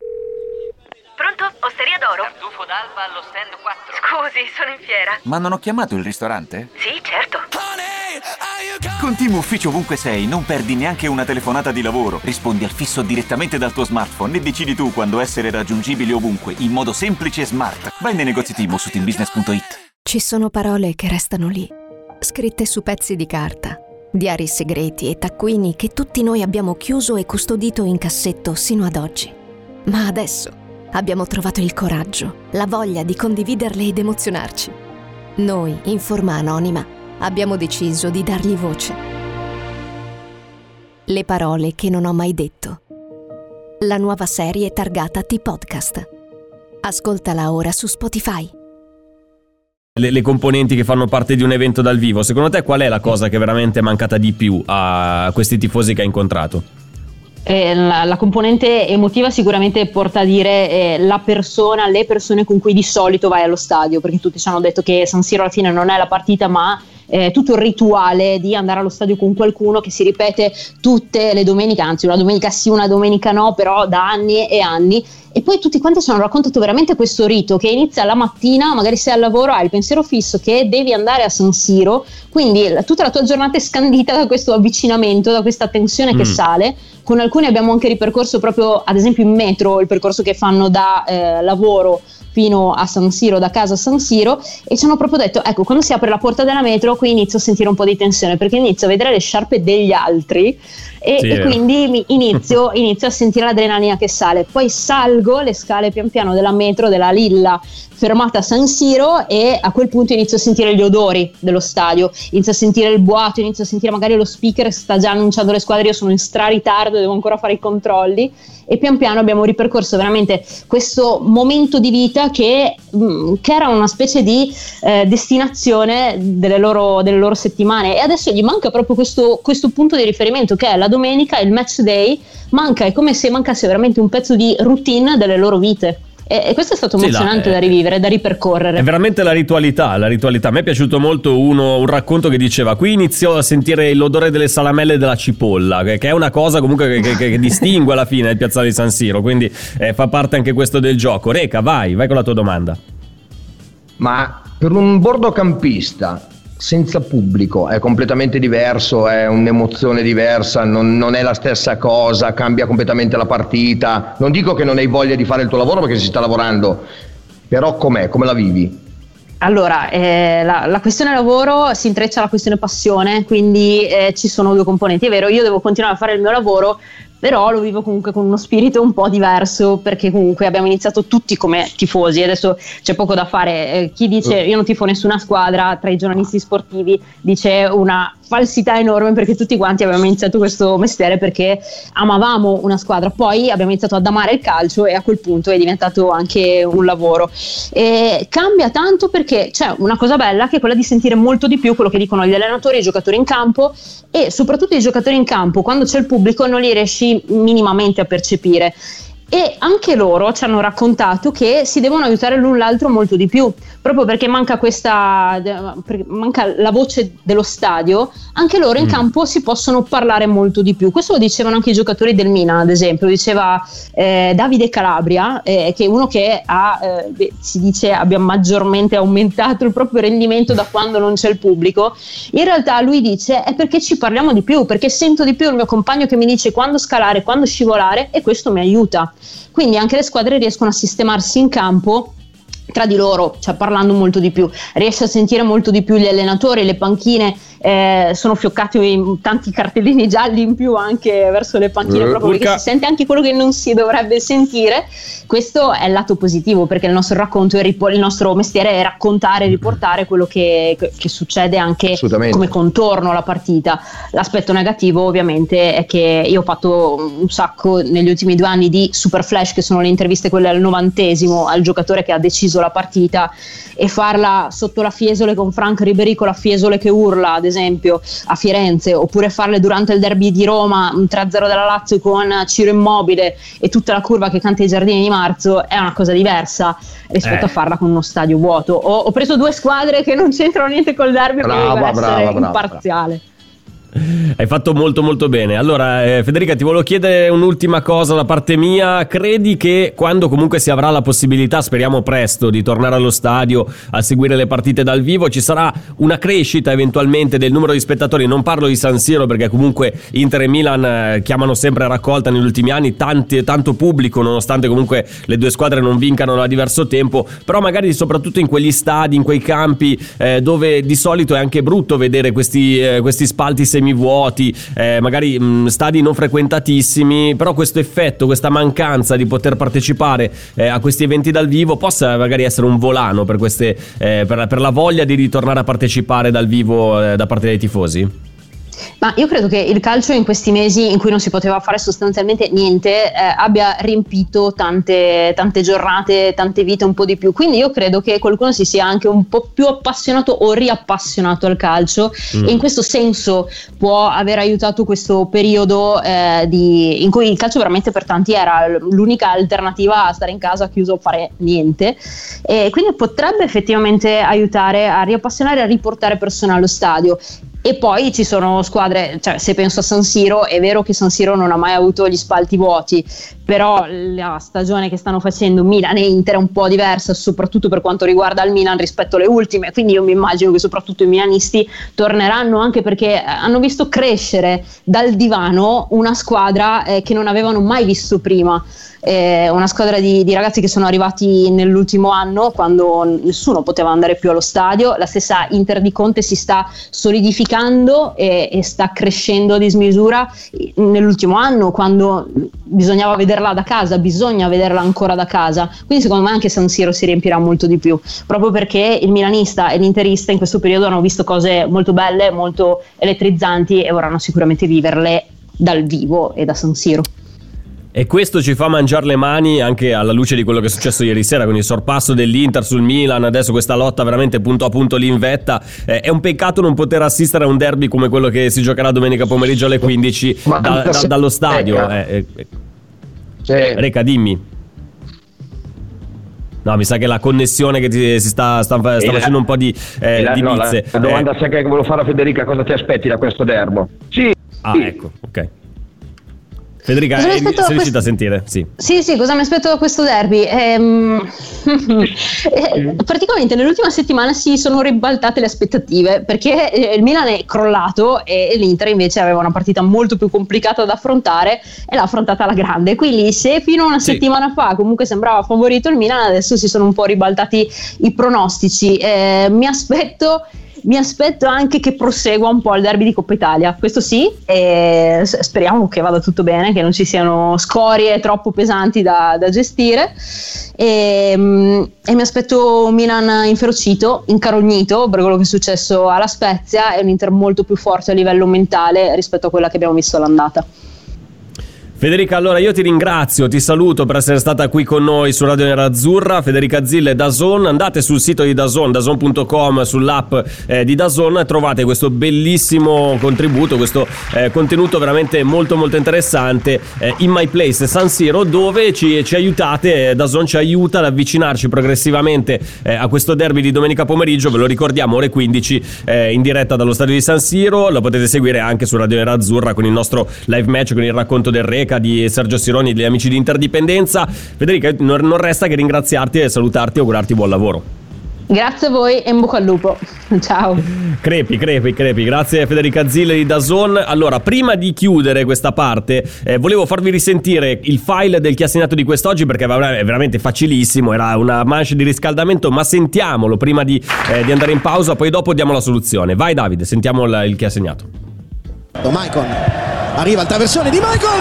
S2: Pronto? Osteria d'oro? Tartufo d'alba allo stand quattro. Scusi, sono in fiera.
S3: Ma non ho chiamato il ristorante?
S2: Sì, certo.
S3: Con Team Ufficio ovunque sei non perdi neanche una telefonata di lavoro. Rispondi al fisso direttamente dal tuo smartphone e decidi tu quando essere raggiungibile ovunque in modo semplice e smart. Vai nei negozi Team o su team business punto it.
S11: Ci sono parole che restano lì, scritte su pezzi di carta, Diari segreti e taccuini che tutti noi abbiamo chiuso e custodito in cassetto sino ad oggi. Ma adesso abbiamo trovato il coraggio, la voglia di condividerle ed emozionarci. Noi, in forma anonima, abbiamo deciso di dargli voce. Le parole che non ho mai detto. La nuova serie targata T-Podcast. Ascoltala ora su Spotify.
S5: Le, le componenti che fanno parte di un evento dal vivo, secondo te qual è la cosa che veramente è mancata di più a questi tifosi che hai incontrato?
S10: Eh, la, la componente emotiva sicuramente porta a dire eh, la persona, le persone con cui di solito vai allo stadio, perché tutti ci hanno detto che San Siro alla fine non è la partita, ma eh, tutto il rituale di andare allo stadio con qualcuno che si ripete tutte le domeniche, anzi una domenica sì, una domenica no, però da anni e anni. E poi tutti quanti ci hanno raccontato veramente questo rito che inizia la mattina, magari sei al lavoro, hai il pensiero fisso che devi andare a San Siro, quindi la, tutta la tua giornata è scandita da questo avvicinamento, da questa tensione mm. che sale. Con alcuni abbiamo anche ripercorso proprio, ad esempio in metro, il percorso che fanno da eh, lavoro fino a San Siro, da casa a San Siro, e ci hanno proprio detto, ecco, quando si apre la porta della metro qui inizio a sentire un po' di tensione, perché inizio a vedere le sciarpe degli altri e, sì, e quindi mi inizio, inizio a sentire l'adrenalina che sale, poi salgo le scale pian piano della metro, della Lilla, fermata a San Siro, e a quel punto inizio a sentire gli odori dello stadio, inizio a sentire il boato, inizio a sentire magari lo speaker che sta già annunciando le squadre, io sono in stra ritardo, devo ancora fare i controlli, e pian piano abbiamo ripercorso veramente questo momento di vita che, mh, che era una specie di eh, destinazione delle loro, delle loro settimane, e adesso gli manca proprio questo, questo punto di riferimento che è la domenica, il match day, manca, è come se mancasse veramente un pezzo di routine delle loro vite. E questo è stato emozionante, sì, là, da rivivere, da ripercorrere. È veramente la ritualità, la ritualità. A me è piaciuto molto uno, un racconto che diceva: qui iniziò a sentire l'odore delle salamelle e della cipolla, che, che è una cosa comunque che, che, che distingue alla fine il piazzale di San Siro, quindi eh, fa parte anche questo del gioco. Reca, vai, vai con la tua domanda.
S6: Ma per un bordocampista senza pubblico è completamente diverso, è un'emozione diversa, non, non è la stessa cosa, cambia completamente la partita. Non dico che non hai voglia di fare il tuo lavoro, perché si sta lavorando, però com'è? Come la vivi?
S10: Allora, eh, la, la questione lavoro si intreccia alla questione passione, quindi eh, ci sono due componenti. È vero, io devo continuare a fare il mio lavoro, però lo vivo comunque con uno spirito un po' diverso, perché comunque abbiamo iniziato tutti come tifosi, adesso c'è poco da fare. Eh, chi dice io non tifo nessuna squadra tra i giornalisti sportivi dice una falsità enorme, perché tutti quanti abbiamo iniziato questo mestiere perché amavamo una squadra, poi abbiamo iniziato ad amare il calcio e a quel punto è diventato anche un lavoro. E cambia tanto perché c'è una cosa bella che è quella di sentire molto di più quello che dicono gli allenatori e i giocatori in campo, e soprattutto i giocatori in campo quando c'è il pubblico non li riesci minimamente a percepire, e anche loro ci hanno raccontato che si devono aiutare l'un l'altro molto di più, proprio perché manca questa manca la voce dello stadio. Anche loro in mm. campo si possono parlare molto di più. Questo lo dicevano anche i giocatori del Milan, ad esempio, lo diceva eh, Davide Calabria, eh, che è uno che ha eh, si dice abbia maggiormente aumentato il proprio rendimento da quando non c'è il pubblico. In realtà lui dice è perché ci parliamo di più, perché sento di più il mio compagno che mi dice quando scalare, quando scivolare, e questo mi aiuta. Quindi anche le squadre riescono a sistemarsi in campo tra di loro, cioè parlando molto di più, riesce a sentire molto di più gli allenatori, le panchine eh, sono fioccati in tanti cartellini gialli in più anche verso le panchine, uh, proprio perché si sente anche quello che non si dovrebbe sentire. Questo è il lato positivo, perché il nostro racconto è rip- il nostro mestiere è raccontare e riportare quello che, che succede anche come contorno alla partita. L'aspetto negativo ovviamente è che io ho fatto un sacco negli ultimi due anni di super flash, che sono le interviste quelle al novantesimo al giocatore che ha deciso la partita, e farla sotto la Fiesole con Frank Ribéry con la Fiesole che urla, ad esempio a Firenze, oppure farle durante il derby di Roma, un tre a zero della Lazio con Ciro Immobile e tutta la curva che canta i Giardini di Marzo, è una cosa diversa rispetto eh. a farla con uno stadio vuoto. Ho, ho preso due squadre che non c'entrano niente col derby,
S6: brava,
S10: per essere
S6: brava, brava,
S10: imparziale.
S6: Brava.
S5: Hai fatto molto molto bene. Allora eh, Federica, ti volevo chiedere un'ultima cosa da parte mia. Credi che quando comunque si avrà la possibilità, speriamo presto, di tornare allo stadio a seguire le partite dal vivo, ci sarà una crescita eventualmente del numero di spettatori? Non parlo di San Siro, perché comunque Inter e Milan eh, chiamano sempre a raccolta negli ultimi anni tanti, tanto pubblico, nonostante comunque le due squadre non vincano da diverso tempo, però magari soprattutto in quegli stadi, in quei campi eh, dove di solito è anche brutto vedere questi, eh, questi spalti semivuoti, eh, magari mh, stadi non frequentatissimi, però questo effetto, questa mancanza di poter partecipare eh, a questi eventi dal vivo possa magari essere un volano per queste eh, per, per la voglia di ritornare a partecipare dal vivo eh, da parte dei tifosi?
S10: Ma io credo che il calcio in questi mesi in cui non si poteva fare sostanzialmente niente eh, abbia riempito tante, tante giornate, tante vite un po' di più, quindi io credo che qualcuno si sia anche un po' più appassionato o riappassionato al calcio mm. e in questo senso può aver aiutato questo periodo eh, di, in cui il calcio veramente per tanti era l'unica alternativa a stare in casa chiuso a fare niente, e quindi potrebbe effettivamente aiutare a riappassionare e a riportare persone allo stadio. E poi ci sono squadre, cioè se penso a San Siro, è vero che San Siro non ha mai avuto gli spalti vuoti, però la stagione che stanno facendo Milan e Inter è un po' diversa, soprattutto per quanto riguarda il Milan rispetto alle ultime, quindi io mi immagino che soprattutto i milanisti torneranno, anche perché hanno visto crescere dal divano una squadra eh, che non avevano mai visto prima. Eh, una squadra di, di ragazzi che sono arrivati nell'ultimo anno quando nessuno poteva andare più allo stadio. La stessa Inter di Conte si sta solidificando e, e sta crescendo a dismisura nell'ultimo anno, quando bisognava vederla da casa, bisogna vederla ancora da casa, quindi secondo me anche San Siro si riempirà molto di più, proprio perché il milanista e l'interista in questo periodo hanno visto cose molto belle, molto elettριzzanti e vorranno sicuramente viverle dal vivo e da San Siro.
S5: E questo ci fa mangiare le mani anche alla luce di quello che è successo ieri sera con il sorpasso dell'Inter sul Milan, adesso questa lotta veramente punto a punto lì in vetta. Eh, è un peccato non poter assistere a un derby come quello che si giocherà domenica pomeriggio alle quindici da, da, dallo stadio. Eh, eh.
S6: Sì.
S5: Reca, dimmi. No, mi sa che la connessione che ti, si sta, sta, sta
S6: la,
S5: facendo un po' di, eh,
S6: la,
S5: di
S6: no,
S5: bizze.
S6: La, la domanda eh. che volevo fare a Federica: cosa ti aspetti da questo derby? Sì.
S5: Ah,
S6: sì.
S5: ecco, ok. Federica, sei riuscita
S10: questo...
S5: a sentire? Sì.
S10: sì, sì, cosa mi aspetto da questo derby? Ehm... praticamente nell'ultima settimana si sono ribaltate le aspettative, perché il Milan è crollato e l'Inter invece aveva una partita molto più complicata da affrontare e l'ha affrontata alla grande. Quindi se fino a una sì. settimana fa comunque sembrava favorito il Milan, adesso si sono un po' ribaltati i pronostici. Eh, mi aspetto... Mi aspetto anche che prosegua un po' il derby di Coppa Italia, questo sì, e speriamo che vada tutto bene, che non ci siano scorie troppo pesanti da, da gestire, e, e mi aspetto un Milan inferocito, incarognito per quello che è successo alla Spezia, e un Inter molto più forte a livello mentale rispetto a quella che abbiamo visto all'andata.
S5: Federica, allora io ti ringrazio, ti saluto per essere stata qui con noi su Radio Nerazzurra. Federica Zille, DAZN, andate sul sito di DAZN, dazn punto com, sull'app eh, di DAZN e trovate questo bellissimo contributo, questo eh, contenuto veramente molto molto interessante, eh, In My Place San Siro, dove ci, ci aiutate, eh, DAZN ci aiuta ad avvicinarci progressivamente eh, a questo derby di domenica pomeriggio. Ve lo ricordiamo, ore quindici eh, in diretta dallo stadio di San Siro. Lo potete seguire anche su Radio Nerazzurra con il nostro live match, con il racconto del Reca di Sergio Sironi e degli amici di Interdipendenza. Federica, non resta che ringraziarti e salutarti e augurarti buon lavoro.
S10: Grazie a voi e in bocca al lupo. Ciao.
S5: Crepi, crepi, crepi. Grazie Federica Zille di DAZN. Allora, prima di chiudere questa parte, eh, volevo farvi risentire il file del Chi ha segnato di quest'oggi, perché è veramente facilissimo, era una manche di riscaldamento, ma sentiamolo prima di, eh, di andare in pausa, poi dopo diamo la soluzione. Vai Davide, sentiamo il, il Chi ha segnato.
S1: Maicon, arriva il traversone di Maicon,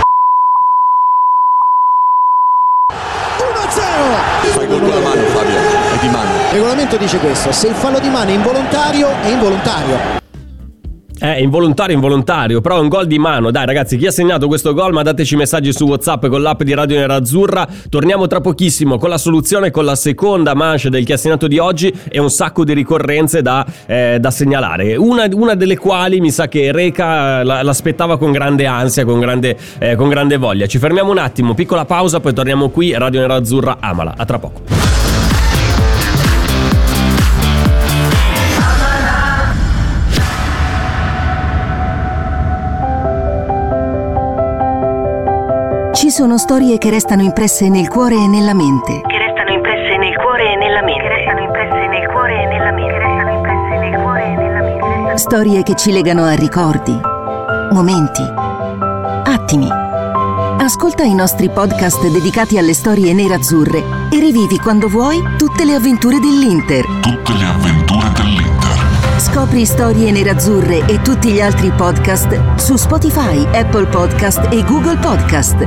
S1: uno a zero.
S7: Fai gol con la mano, Fabio, è di mano.
S1: Il regolamento dice questo: se il fallo di mano è involontario, è involontario.
S5: Eh, involontario, involontario, però è un gol di mano. Dai ragazzi, chi ha segnato questo gol, mandateci messaggi su WhatsApp con l'app di Radio Nerazzurra. Torniamo tra pochissimo con la soluzione, con la seconda manche del Chi ha segnato di oggi e un sacco di ricorrenze da, eh, da segnalare. Una, una delle quali mi sa che Reca l'aspettava con grande ansia, con grande, eh, con grande voglia. Ci fermiamo un attimo, piccola pausa, poi torniamo qui. Radio Nerazzurra, amala. A tra poco.
S12: Ci sono storie che restano impresse nel cuore e nella mente.
S2: Che restano impresse nel cuore e nella mente. Che restano impresse nel cuore e nella mente. Che restano impresse nel cuore e nella mente.
S12: Storie che ci legano a ricordi, momenti, attimi. Ascolta i nostri podcast dedicati alle storie nerazzurre e rivivi quando vuoi tutte le avventure dell'Inter.
S4: Tutte le avventure dell'Inter.
S12: Scopri Scopri Storie Nerazzurre e tutti gli altri podcast su Spotify, Apple Podcast e Google Podcast.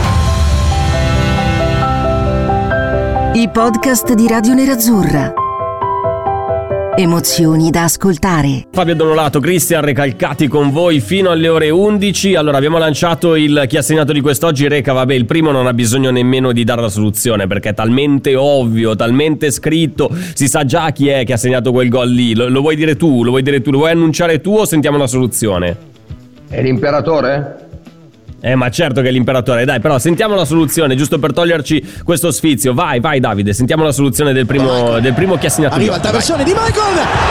S12: I podcast di Radio Nerazzurra. Emozioni da ascoltare.
S5: Fabio Donolato, Cristian Recalcati con voi fino alle ore undici. Allora, abbiamo lanciato il chi ha segnato di quest'oggi. Reca, vabbè, il primo non ha bisogno nemmeno di dare la soluzione perché è talmente ovvio, talmente scritto, si sa già chi è che ha segnato quel gol lì. Lo, lo vuoi dire tu? Lo vuoi dire tu? Lo vuoi annunciare tu o sentiamo la soluzione?
S6: È l'imperatore?
S5: Eh, ma certo che è l'imperatore. Dai, però sentiamo la soluzione, giusto per toglierci questo sfizio. Vai, vai Davide, sentiamo la soluzione del primo, del primo chi ha segnato.
S1: Arriva la traversione di Michael.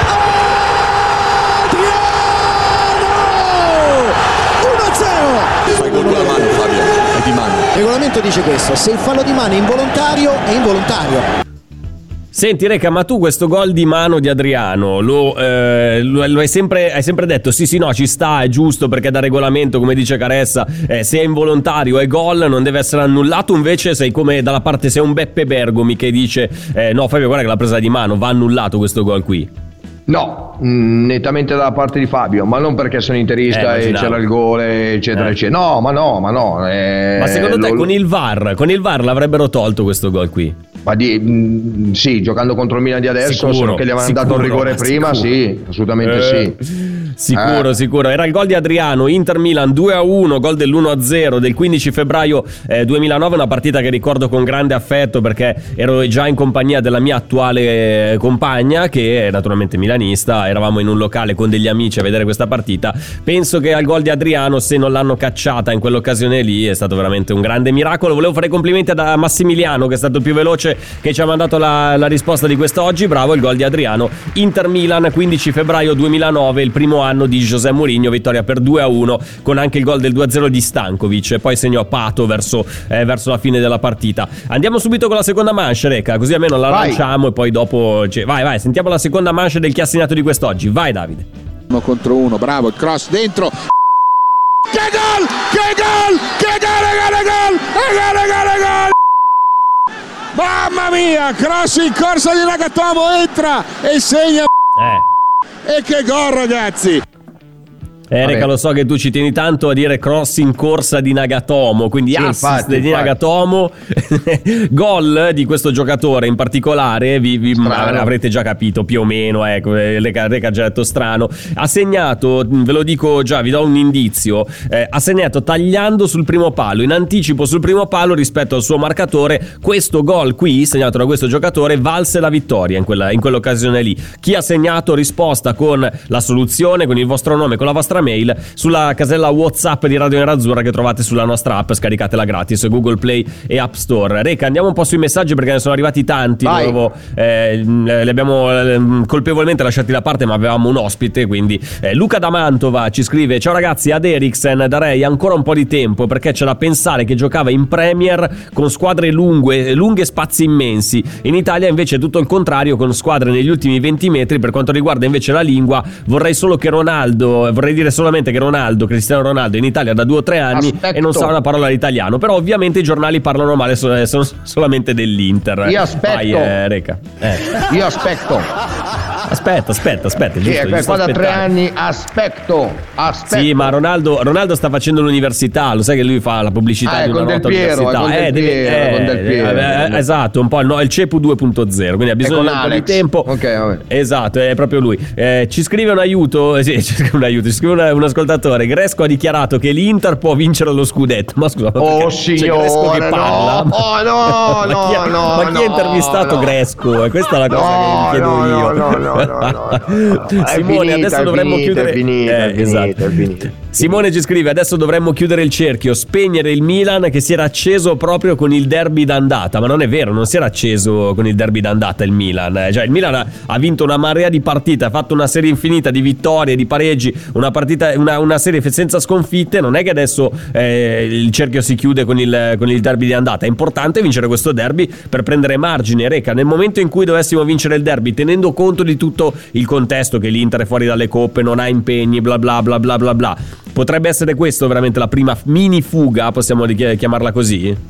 S1: uno a zero.
S7: Fai gol con la mano, Fabio, è di mano.
S1: Il regolamento dice questo: se il fallo di mano è involontario, è involontario.
S5: Senti Reca, ma tu questo gol di mano di Adriano lo, eh, lo, lo hai, sempre, hai sempre detto sì sì no, ci sta, è giusto perché da regolamento, come dice Caressa, eh, se è involontario è gol, non deve essere annullato. Invece sei come dalla parte, sei un Beppe Bergomi che dice eh, no Fabio, guarda che l'ha presa di mano, va annullato questo gol qui.
S6: No, mh, nettamente dalla parte di Fabio, ma non perché sono interista
S5: eh,
S6: e c'era il gol eccetera eh. eccetera. No, ma no, ma no. Eh,
S5: ma secondo te
S6: lo...
S5: con il V A R, con il V A R l'avrebbero tolto questo gol qui?
S6: Ma di, mh, sì, giocando contro il Milan di adesso,
S5: sicuro,
S6: solo che gli avevano dato il rigore prima,
S5: sicuro.
S6: Sì, assolutamente
S5: eh,
S6: sì.
S5: Sicuro, eh. sicuro. Era il gol di Adriano, Inter Milan due a uno, gol dell'uno a zero del quindici febbraio eh, duemilanove, una partita che ricordo con grande affetto perché ero già in compagnia della mia attuale compagna che è naturalmente milanista, eravamo in un locale con degli amici a vedere questa partita. Penso che al gol di Adriano, se non l'hanno cacciata in quell'occasione lì, è stato veramente un grande miracolo. Volevo fare i complimenti a Massimiliano che è stato più veloce, che ci ha mandato la, la risposta di quest'oggi. Bravo, il gol di Adriano, Inter Milan quindici febbraio duemilanove, il primo anno di José Mourinho, vittoria per due a uno con anche il gol del due a zero di Stankovic e poi segnò Pato verso, eh, verso la fine della partita. Andiamo subito con la seconda manche, Reca, così almeno la vai. lanciamo e poi dopo cioè, vai vai sentiamo la seconda manche del chi ha segnato di quest'oggi. Vai Davide.
S13: Uno contro uno, bravo, il cross dentro. Che gol! Che gol! Che gol! Che gol! Che gol! Che gol! Mamma mia, cross in corsa di Nagatomo, entra e segna.
S5: Eh.
S13: E che gol, ragazzi!
S5: Erika, lo so che tu ci tieni tanto a dire cross in corsa di Nagatomo, quindi sì, assist infatti, di infatti. Nagatomo. Gol di questo giocatore in particolare, vi, vi avrete già capito più o meno, ecco, Reca ha già detto strano. Ha segnato, ve lo dico già, vi do un indizio, eh, ha segnato tagliando sul primo palo, in anticipo sul primo palo rispetto al suo marcatore. Questo gol qui, segnato da questo giocatore, valse la vittoria in, quella, in quell'occasione lì. Chi ha segnato? Risposta con la soluzione, con il vostro nome, con la vostra mail sulla casella WhatsApp di Radio Nerazzurra che trovate sulla nostra app, scaricatela gratis, Google Play e App Store. Reca, andiamo un po' sui messaggi perché ne sono arrivati tanti. Avevo, eh, li abbiamo eh, colpevolmente lasciati da parte, ma avevamo un ospite, quindi eh, Luca da Mantova ci scrive: ciao ragazzi, ad Eriksen darei ancora un po' di tempo perché c'è da pensare che giocava in Premier con squadre lunghe, lunghe spazi immensi. In Italia invece è tutto il contrario, con squadre negli ultimi venti metri. Per quanto riguarda invece la lingua, vorrei solo che Ronaldo, vorrei dire solamente che Ronaldo, Cristiano Ronaldo è in Italia da due o tre anni Aspetto. e non sa una parola di italiano, però ovviamente i giornali parlano male, sono solamente dell'Inter.
S6: Io aspetto.
S5: Vai, eh, Reca. Eh.
S6: Io aspetto.
S5: Aspetta, aspetta, aspetta.
S6: Sì, è qua da tre anni, aspetto, aspetto.
S5: Sì, ma Ronaldo, Ronaldo sta facendo l'università, lo sai che lui fa la pubblicità
S6: ah,
S5: di una nota
S6: università.
S5: Con
S6: eh,
S5: Del Piero,
S6: eh, con Del Piero.
S5: Eh, eh, esatto, un po' il, no, il CEPU due punto zero, quindi ha bisogno di un po' di tempo.
S6: Ok, vabbè.
S5: Esatto, è proprio lui. Eh, ci scrive un aiuto, eh, sì, ci scrive un aiuto, ci scrive una, un ascoltatore. Gresco ha dichiarato che l'Inter può vincere lo scudetto. Ma scusa, ma
S6: oh signore,
S5: Gresco che parla?
S6: No, oh, no,
S5: ma chi ha,
S6: no,
S5: ma chi
S6: no,
S5: ha intervistato
S6: no.
S5: Gresco? E questa è la cosa
S6: no,
S5: che mi chiedo
S6: no,
S5: io.
S6: No, no, no, no, no.
S5: Simone,
S6: finita,
S5: adesso dovremmo
S6: finita,
S5: chiudere.
S6: È finita,
S5: eh,
S6: è finita,
S5: esatto.
S6: è finita.
S5: Simone ci scrive: adesso dovremmo chiudere il cerchio, spegnere il Milan che si era acceso proprio con il derby d'andata. Ma non è vero, non si era acceso con il derby d'andata il Milan. Cioè il Milan ha, ha vinto una marea di partite, ha fatto una serie infinita di vittorie, di pareggi, una partita, una, una serie senza sconfitte. Non è che adesso eh, il cerchio si chiude con il, con il derby di andata. È importante vincere questo derby per prendere margine. Reca, nel momento in cui dovessimo vincere il derby, tenendo conto di tutto il contesto, che l'Inter è fuori dalle coppe, non ha impegni, bla bla bla bla bla bla, potrebbe essere questo veramente la prima mini fuga, possiamo chiamarla così?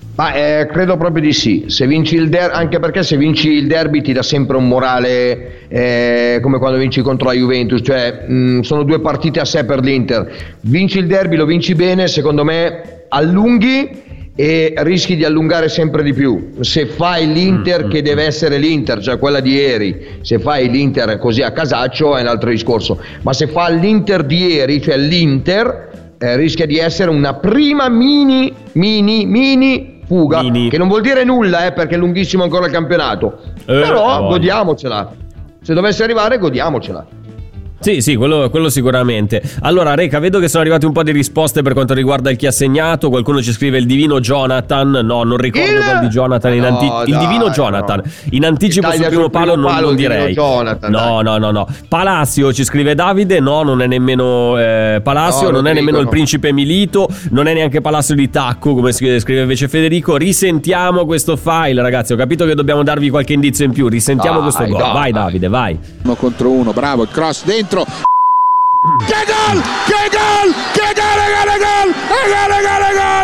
S6: Ma eh, credo proprio di sì. Se vinci il derby, anche perché se vinci il derby ti dà sempre un morale eh, come quando vinci contro la Juventus, cioè mh, sono due partite a sé per l'Inter. Vinci il derby, lo vinci bene, secondo me allunghi e rischi di allungare sempre di più. Se fai l'Inter mm-hmm. che deve essere l'Inter, cioè quella di ieri, se fai l'Inter così a casaccio è un altro discorso, ma se fa l'Inter di ieri, cioè l'Inter eh, rischia di essere una prima mini mini mini fuga, Mini. che non vuol dire nulla eh, perché è lunghissimo ancora il campionato, eh, però godiamocela, se dovesse arrivare godiamocela.
S5: Sì, sì, quello, quello sicuramente. Allora, Reca, vedo che sono arrivate un po' di risposte per quanto riguarda il chi ha segnato. Qualcuno ci scrive il divino Jonathan. No, non ricordo il gol di Jonathan in anticipo. No, il dai, divino Jonathan no. in anticipo Italia sul primo palo, non, non direi. Jonathan, no, no, no, no. Palacio ci scrive Davide. No, non è nemmeno eh, Palacio, no, non è nemmeno no. il principe Milito, non è neanche Palacio di Tacco, come scrive invece Federico. Risentiamo questo file, ragazzi. Ho capito che dobbiamo darvi qualche indizio in più. Risentiamo dai, questo gol. Dai, vai, Davide, vai.
S13: Uno contro uno, bravo, il cross dentro. Che gol! Che gol! Che gol! Che gol! Che gol! Che gol!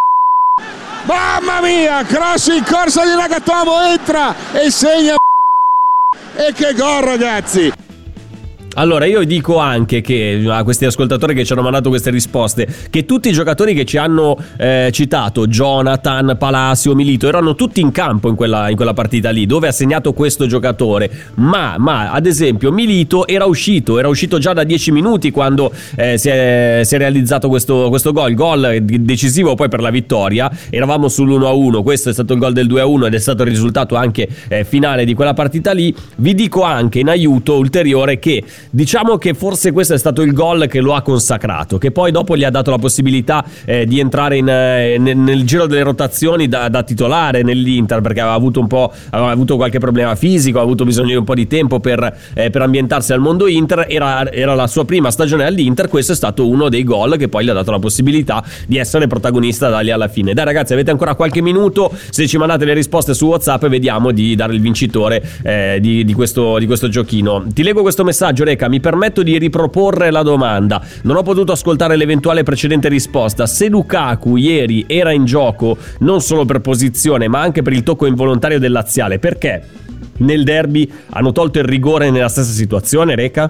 S13: Mamma mia! Cross in corsa di Nagatomo, entra e segna. E che gol, ragazzi!
S5: Allora io dico anche che a questi ascoltatori che ci hanno mandato queste risposte, che tutti i giocatori che ci hanno eh, citato, Jonathan, Palacio, Milito, erano tutti in campo in quella, in quella partita lì, dove ha segnato questo giocatore, ma, ma ad esempio Milito era uscito, era uscito già da dieci minuti quando eh, si, è, si è realizzato questo, questo gol, gol decisivo poi per la vittoria. Eravamo sull'uno a uno, questo è stato il gol del due a uno ed è stato il risultato anche eh, finale di quella partita lì. Vi dico anche in aiuto ulteriore che diciamo che forse questo è stato il gol che lo ha consacrato, che poi dopo gli ha dato la possibilità eh, di entrare in, eh, nel, nel giro delle rotazioni da, da titolare nell'Inter, perché aveva avuto un po' aveva avuto qualche problema fisico, ha avuto bisogno di un po' di tempo per, eh, per ambientarsi al mondo Inter. Era, era la sua prima stagione all'Inter. Questo è stato uno dei gol che poi gli ha dato la possibilità di essere protagonista da lì alla fine. Dai ragazzi, avete ancora qualche minuto, se ci mandate le risposte su WhatsApp vediamo di dare il vincitore eh, di, di, questo, di questo giochino. Ti leggo questo messaggio, Reca. Mi permetto di riproporre la domanda. Non ho potuto ascoltare l'eventuale precedente risposta. Se Lukaku ieri era in gioco non solo per posizione ma anche per il tocco involontario del laziale, perché nel derby hanno tolto il rigore nella stessa situazione, Reca?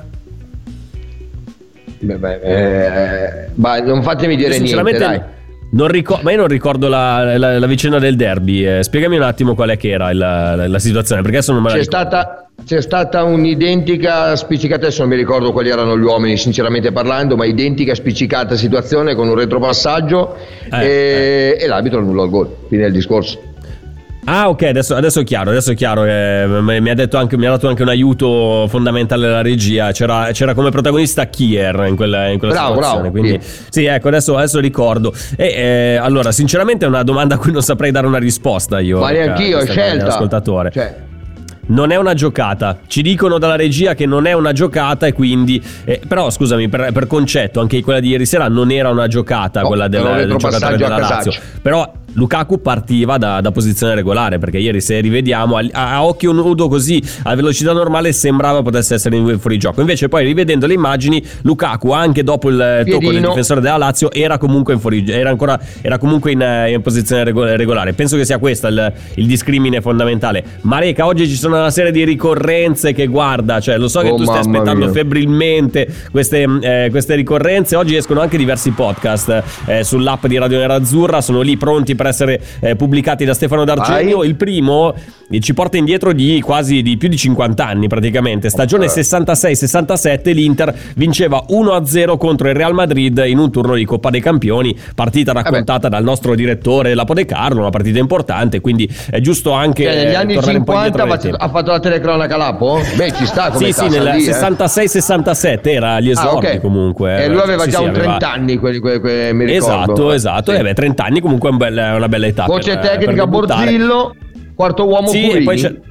S6: Beh, beh, eh, bah, non fatemi dire niente, dai.
S5: Non ricor- ma io non ricordo la, la, la vicenda del derby. Eh, spiegami un attimo qual è che era la, la, la situazione, perché adesso non me la
S6: c'è
S5: ricordo.
S6: stata C'è stata un'identica spiccicata, adesso non mi ricordo quali erano gli uomini sinceramente parlando, ma identica spiccicata situazione con un retropassaggio eh, e, eh. e l'arbitro annullò il gol, fine del discorso.
S5: Ah ok, adesso, adesso è chiaro, adesso è chiaro, eh, mi ha detto anche, mi ha dato anche un aiuto fondamentale la regia, c'era, c'era come protagonista Kier in quella, in quella bravo, situazione, bravo, quindi sì. sì ecco adesso, adesso ricordo e eh, allora sinceramente è una domanda a cui non saprei dare una risposta io.
S6: Ma neanch'io, è scelta
S5: ascoltatore.
S6: Cioè.
S5: Non è una giocata, ci dicono dalla regia che non è una giocata e quindi eh, però scusami per, per concetto anche quella di ieri sera non era una giocata, no, quella del, del giocatore della Lazio, però Lukaku partiva da, da posizione regolare, perché ieri se rivediamo a, a occhio nudo così a velocità normale sembrava potesse essere in fuori gioco, invece poi rivedendo le immagini Lukaku anche dopo il Piedino. tocco del difensore della Lazio era comunque in fuori, era ancora era comunque in, in posizione regolare. Penso che sia questo il, il discrimine fondamentale. Mareca, oggi ci sono una serie di ricorrenze che guarda, cioè lo so che oh, tu stai aspettando mia. febbrilmente queste, eh, queste ricorrenze. Oggi escono anche diversi podcast eh, sull'app di Radio Nerazzurra, sono lì pronti per essere eh, pubblicati da Stefano D'Argenio. Vai. Il primo ci porta indietro di quasi di più di cinquanta anni praticamente, stagione sessantasei sessantasette. L'Inter vinceva uno a zero contro il Real Madrid in un turno di Coppa dei Campioni, partita raccontata eh dal nostro direttore Lapo De Carlo, una partita importante, quindi è giusto anche
S6: cioè, negli anni cinquanta ha fatto la telecronaca Lapo? Beh, ci sta come
S5: sì, sì, nel lì, sessantasei sessantasette eh. era agli esordi ah, okay. comunque.
S6: E lui aveva
S5: sì,
S6: già
S5: sì,
S6: un
S5: aveva...
S6: trenta anni, quelli, quelli, quelli, mi ricordo.
S5: Esatto, esatto. Sì. Eh beh, trenta anni comunque è un bel, una bella età.
S6: Voce per, tecnica per Borzillo, quarto uomo
S5: sì,
S6: Purini.
S5: E poi c'è...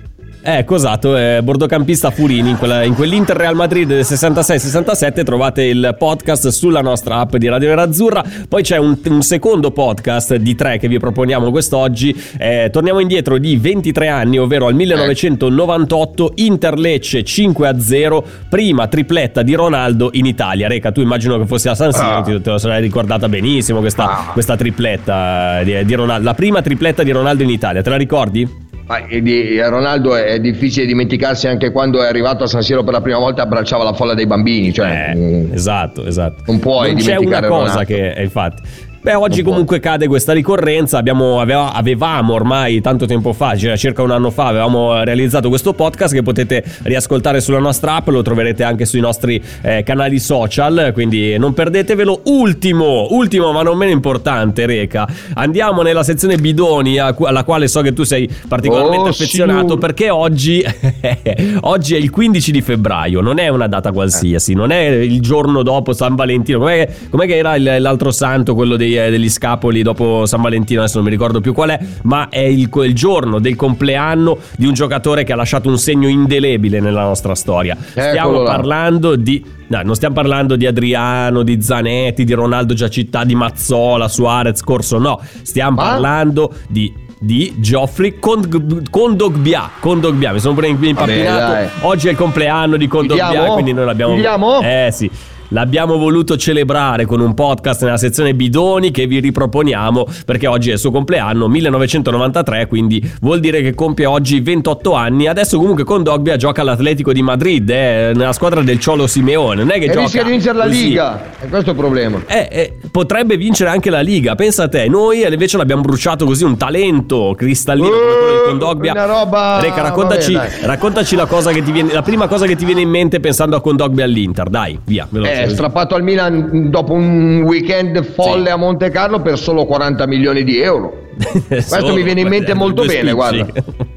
S5: Ecco, esatto, eh, bordocampista Furini in, quella, in quell'Inter Real Madrid del sessantasei sessantasette. Trovate il podcast sulla nostra app di Radio Nerazzurra. Poi c'è un, un secondo podcast di tre che vi proponiamo quest'oggi. Eh, torniamo indietro di ventitré anni, ovvero al millenovecentonovantotto, Inter Lecce cinque a zero, prima tripletta di Ronaldo in Italia. Reca, tu immagino che fossi a San Siro, ah. te, te lo sarai ricordata benissimo questa, ah. questa tripletta di, di Ronaldo, la prima tripletta di Ronaldo in Italia, te la ricordi?
S6: Ma di Ronaldo è difficile dimenticarsi anche quando è arrivato a San Siro per la prima volta, abbracciava la folla dei bambini, cioè
S5: eh, esatto, esatto.
S6: Non puoi
S5: non
S6: dimenticare
S5: c'è una cosa
S6: Ronaldo.
S5: che eh, infatti Beh, oggi comunque cade questa ricorrenza. Abbiamo, aveva, avevamo ormai tanto tempo fa, circa un anno fa, avevamo realizzato questo podcast che potete riascoltare sulla nostra app, lo troverete anche sui nostri eh, canali social, quindi non perdetevelo. Ultimo, ultimo ma non meno importante, Reca, andiamo nella sezione bidoni, alla quale so che tu sei particolarmente oh, affezionato, sì. Perché oggi, oggi è il quindici di febbraio, non è una data qualsiasi, non è il giorno dopo San Valentino. Com'è, com'è che era l'altro santo, quello dei degli scapoli dopo San Valentino, adesso non mi ricordo più qual è, ma è il, il giorno del compleanno di un giocatore che ha lasciato un segno indelebile nella nostra storia. Stiamo Eccolo parlando là. di no, non stiamo parlando di Adriano, di Zanetti, di Ronaldo Giacittà, di Mazzola, Suarez, Corso, no, stiamo ah? parlando di di Geoffrey Kondogbia. Kondogbia, mi sono pure impappinato. Vabbè, oggi è il compleanno di Kondogbia, quindi noi l'abbiamo
S6: Vediamo?
S5: Eh sì. L'abbiamo voluto celebrare con un podcast nella sezione bidoni che vi riproponiamo perché oggi è il suo compleanno, millenovecentonovantatré, quindi vuol dire che compie oggi ventotto anni. Adesso comunque Kondogbia gioca all'Atletico di Madrid, eh, nella squadra del Cholo Simeone, non è che
S6: e
S5: gioca
S6: rischia di vincere la
S5: così.
S6: Liga, è questo il problema.
S5: Eh, eh, potrebbe vincere anche la Liga, pensa a te. Noi invece l'abbiamo bruciato così, un talento cristallino uh, come quello di Kondogbia.
S6: Una roba.
S5: Reca, raccontaci, Vabbè, raccontaci la cosa che ti viene, la prima cosa che ti viene in mente pensando a Kondogbia all'Inter, dai, via, veloce.
S6: È strappato al Milan dopo un weekend folle sì. a Monte Carlo per solo quaranta milioni di euro. Questo solo, mi viene in mente molto bene, guarda.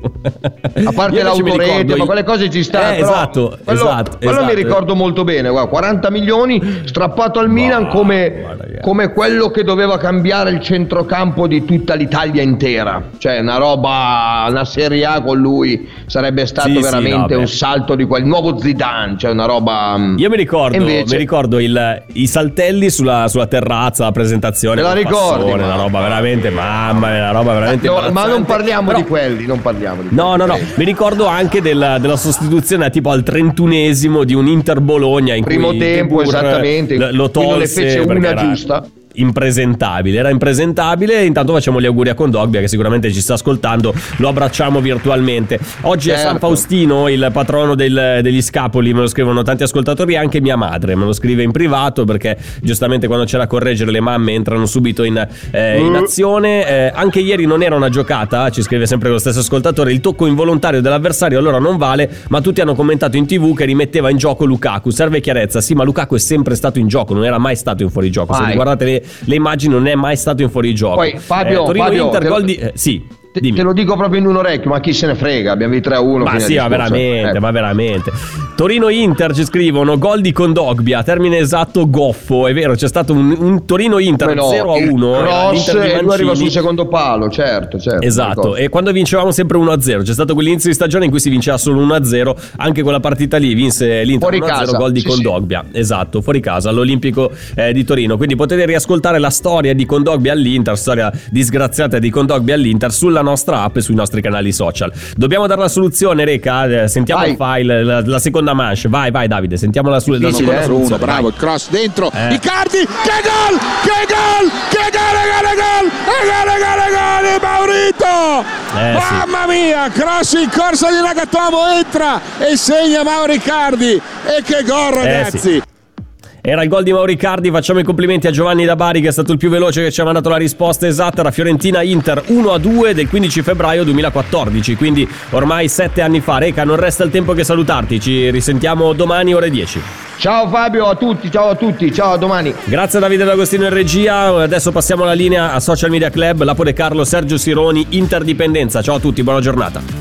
S6: A parte l'autorete, ma quelle cose ci stanno.
S5: Eh, esatto,
S6: quello,
S5: esatto,
S6: quello
S5: esatto.
S6: mi ricordo molto bene, guarda, quaranta milioni strappato al Milan wow, come, come quello che doveva cambiare il centrocampo di tutta l'Italia intera. Cioè una roba, una Serie A con lui sarebbe stato sì, veramente sì, no, un salto di quel nuovo Zidane, cioè una roba.
S5: Io mi ricordo,
S6: invece,
S5: mi ricordo il, i saltelli sulla, sulla terrazza, la presentazione.
S6: Me la ricordi?
S5: Una roba veramente, mamma, una roba veramente
S6: no, ma non parliamo
S5: Però,
S6: di quelli, non parliamo di
S5: No, no, no, mi ricordo anche della, della sostituzione tipo al trentunesimo di un Inter Bologna in
S6: primo
S5: cui
S6: tempo esattamente
S5: lo, lo tolse,
S6: ne fece una era giusta.
S5: Impresentabile, era impresentabile. Intanto facciamo gli auguri a Kondogbia che sicuramente ci sta ascoltando, lo abbracciamo virtualmente. Oggi certo. è San Faustino, il patrono del, degli scapoli, me lo scrivono tanti ascoltatori, anche mia madre me lo scrive in privato perché giustamente quando c'è da correggere le mamme entrano subito in, eh, in azione. Eh, anche ieri non era una giocata, ci scrive sempre lo stesso ascoltatore, il tocco involontario dell'avversario allora non vale, ma tutti hanno commentato in tv che rimetteva in gioco Lukaku. Serve chiarezza, sì, ma Lukaku è sempre stato in gioco, non era mai stato in fuorigioco. Se guardate le le immagini non è mai stato in fuorigioco.
S6: Poi Fabio,
S5: eh, Torino
S6: Fabio
S5: Inter
S6: te,
S5: gol di eh, sì,
S6: te, te lo dico proprio in un orecchio, ma chi se ne frega, abbiamo i tre a uno.
S5: Ma sì, ma veramente, eh. ma veramente. Torino Inter ci scrivono gol di Kondogbia, termine esatto goffo, è vero, c'è stato un, un Torino Inter no, zero a uno,
S6: Ross e lui arriva sul secondo palo, certo, certo.
S5: Esatto, e quando vincevamo sempre uno a zero, c'è stato quell'inizio di stagione in cui si vinceva solo uno a zero, anche quella partita lì vinse l'Inter uno a zero, gol di sì, Kondogbia. Sì. Esatto, fuori casa all'Olimpico eh, di Torino. Quindi potete riascoltare la storia di Kondogbia all'Inter, storia disgraziata di Kondogbia all'Inter sulla nostra app e sui nostri canali social. Dobbiamo dare la soluzione, Reca, sentiamo vai. il file, la, la seconda manche. Vai, vai Davide, sentiamo la, su- la seconda
S13: eh,
S5: soluzione.
S13: Uno, bravo, il cross dentro, eh. Icardi, che gol, che gol, che gol, gol, gol, gol, gol, gol, Maurito, eh, mamma sì. mia, cross in corsa di Nagatomo, entra e segna Mauro Icardi, e che gol ragazzi. Eh, sì.
S5: Era il gol di Mauro Icardi, facciamo i complimenti a Giovanni da Bari che è stato il più veloce, che ci ha mandato la risposta esatta. Era Fiorentina Inter uno a due del quindici febbraio duemilaquattordici, quindi ormai sette anni fa. Reca, non resta il tempo che salutarti, ci risentiamo domani ore dieci.
S6: Ciao Fabio, a tutti, ciao a tutti, ciao, a domani.
S5: Grazie a Davide D'Agostino in regia, adesso passiamo la linea a Social Media Club, Lapo De Carlo, Sergio Sironi, Interdipendenza. Ciao a tutti, buona giornata.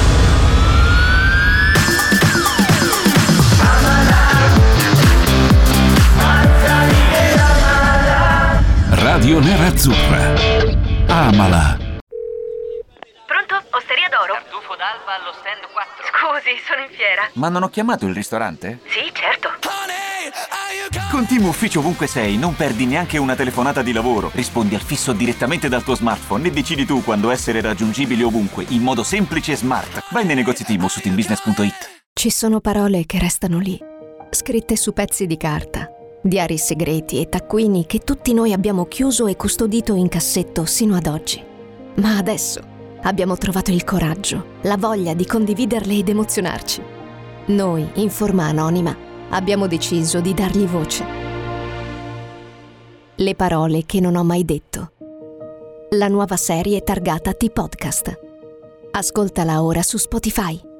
S4: Radio Nerazzurra. Amala.
S2: Pronto? Osteria d'oro? Tartufo d'Alba? Alfa allo stand quattro. Scusi, sono in fiera.
S3: Ma non ho chiamato il ristorante?
S2: Sì, certo.
S3: Con Team Ufficio ovunque sei non perdi neanche una telefonata di lavoro. Rispondi al fisso direttamente dal tuo smartphone e decidi tu quando essere raggiungibile ovunque, in modo semplice e smart. Vai nei negozi Team o su team business punto it.
S11: Ci sono parole che restano lì, scritte su pezzi di carta, diari segreti e taccuini che tutti noi abbiamo chiuso e custodito in cassetto sino ad oggi. Ma adesso abbiamo trovato il coraggio, la voglia di condividerle ed emozionarci. Noi, in forma anonima, abbiamo deciso di dargli voce. Le parole che non ho mai detto. La nuova serie targata T-Podcast. Ascoltala ora su Spotify.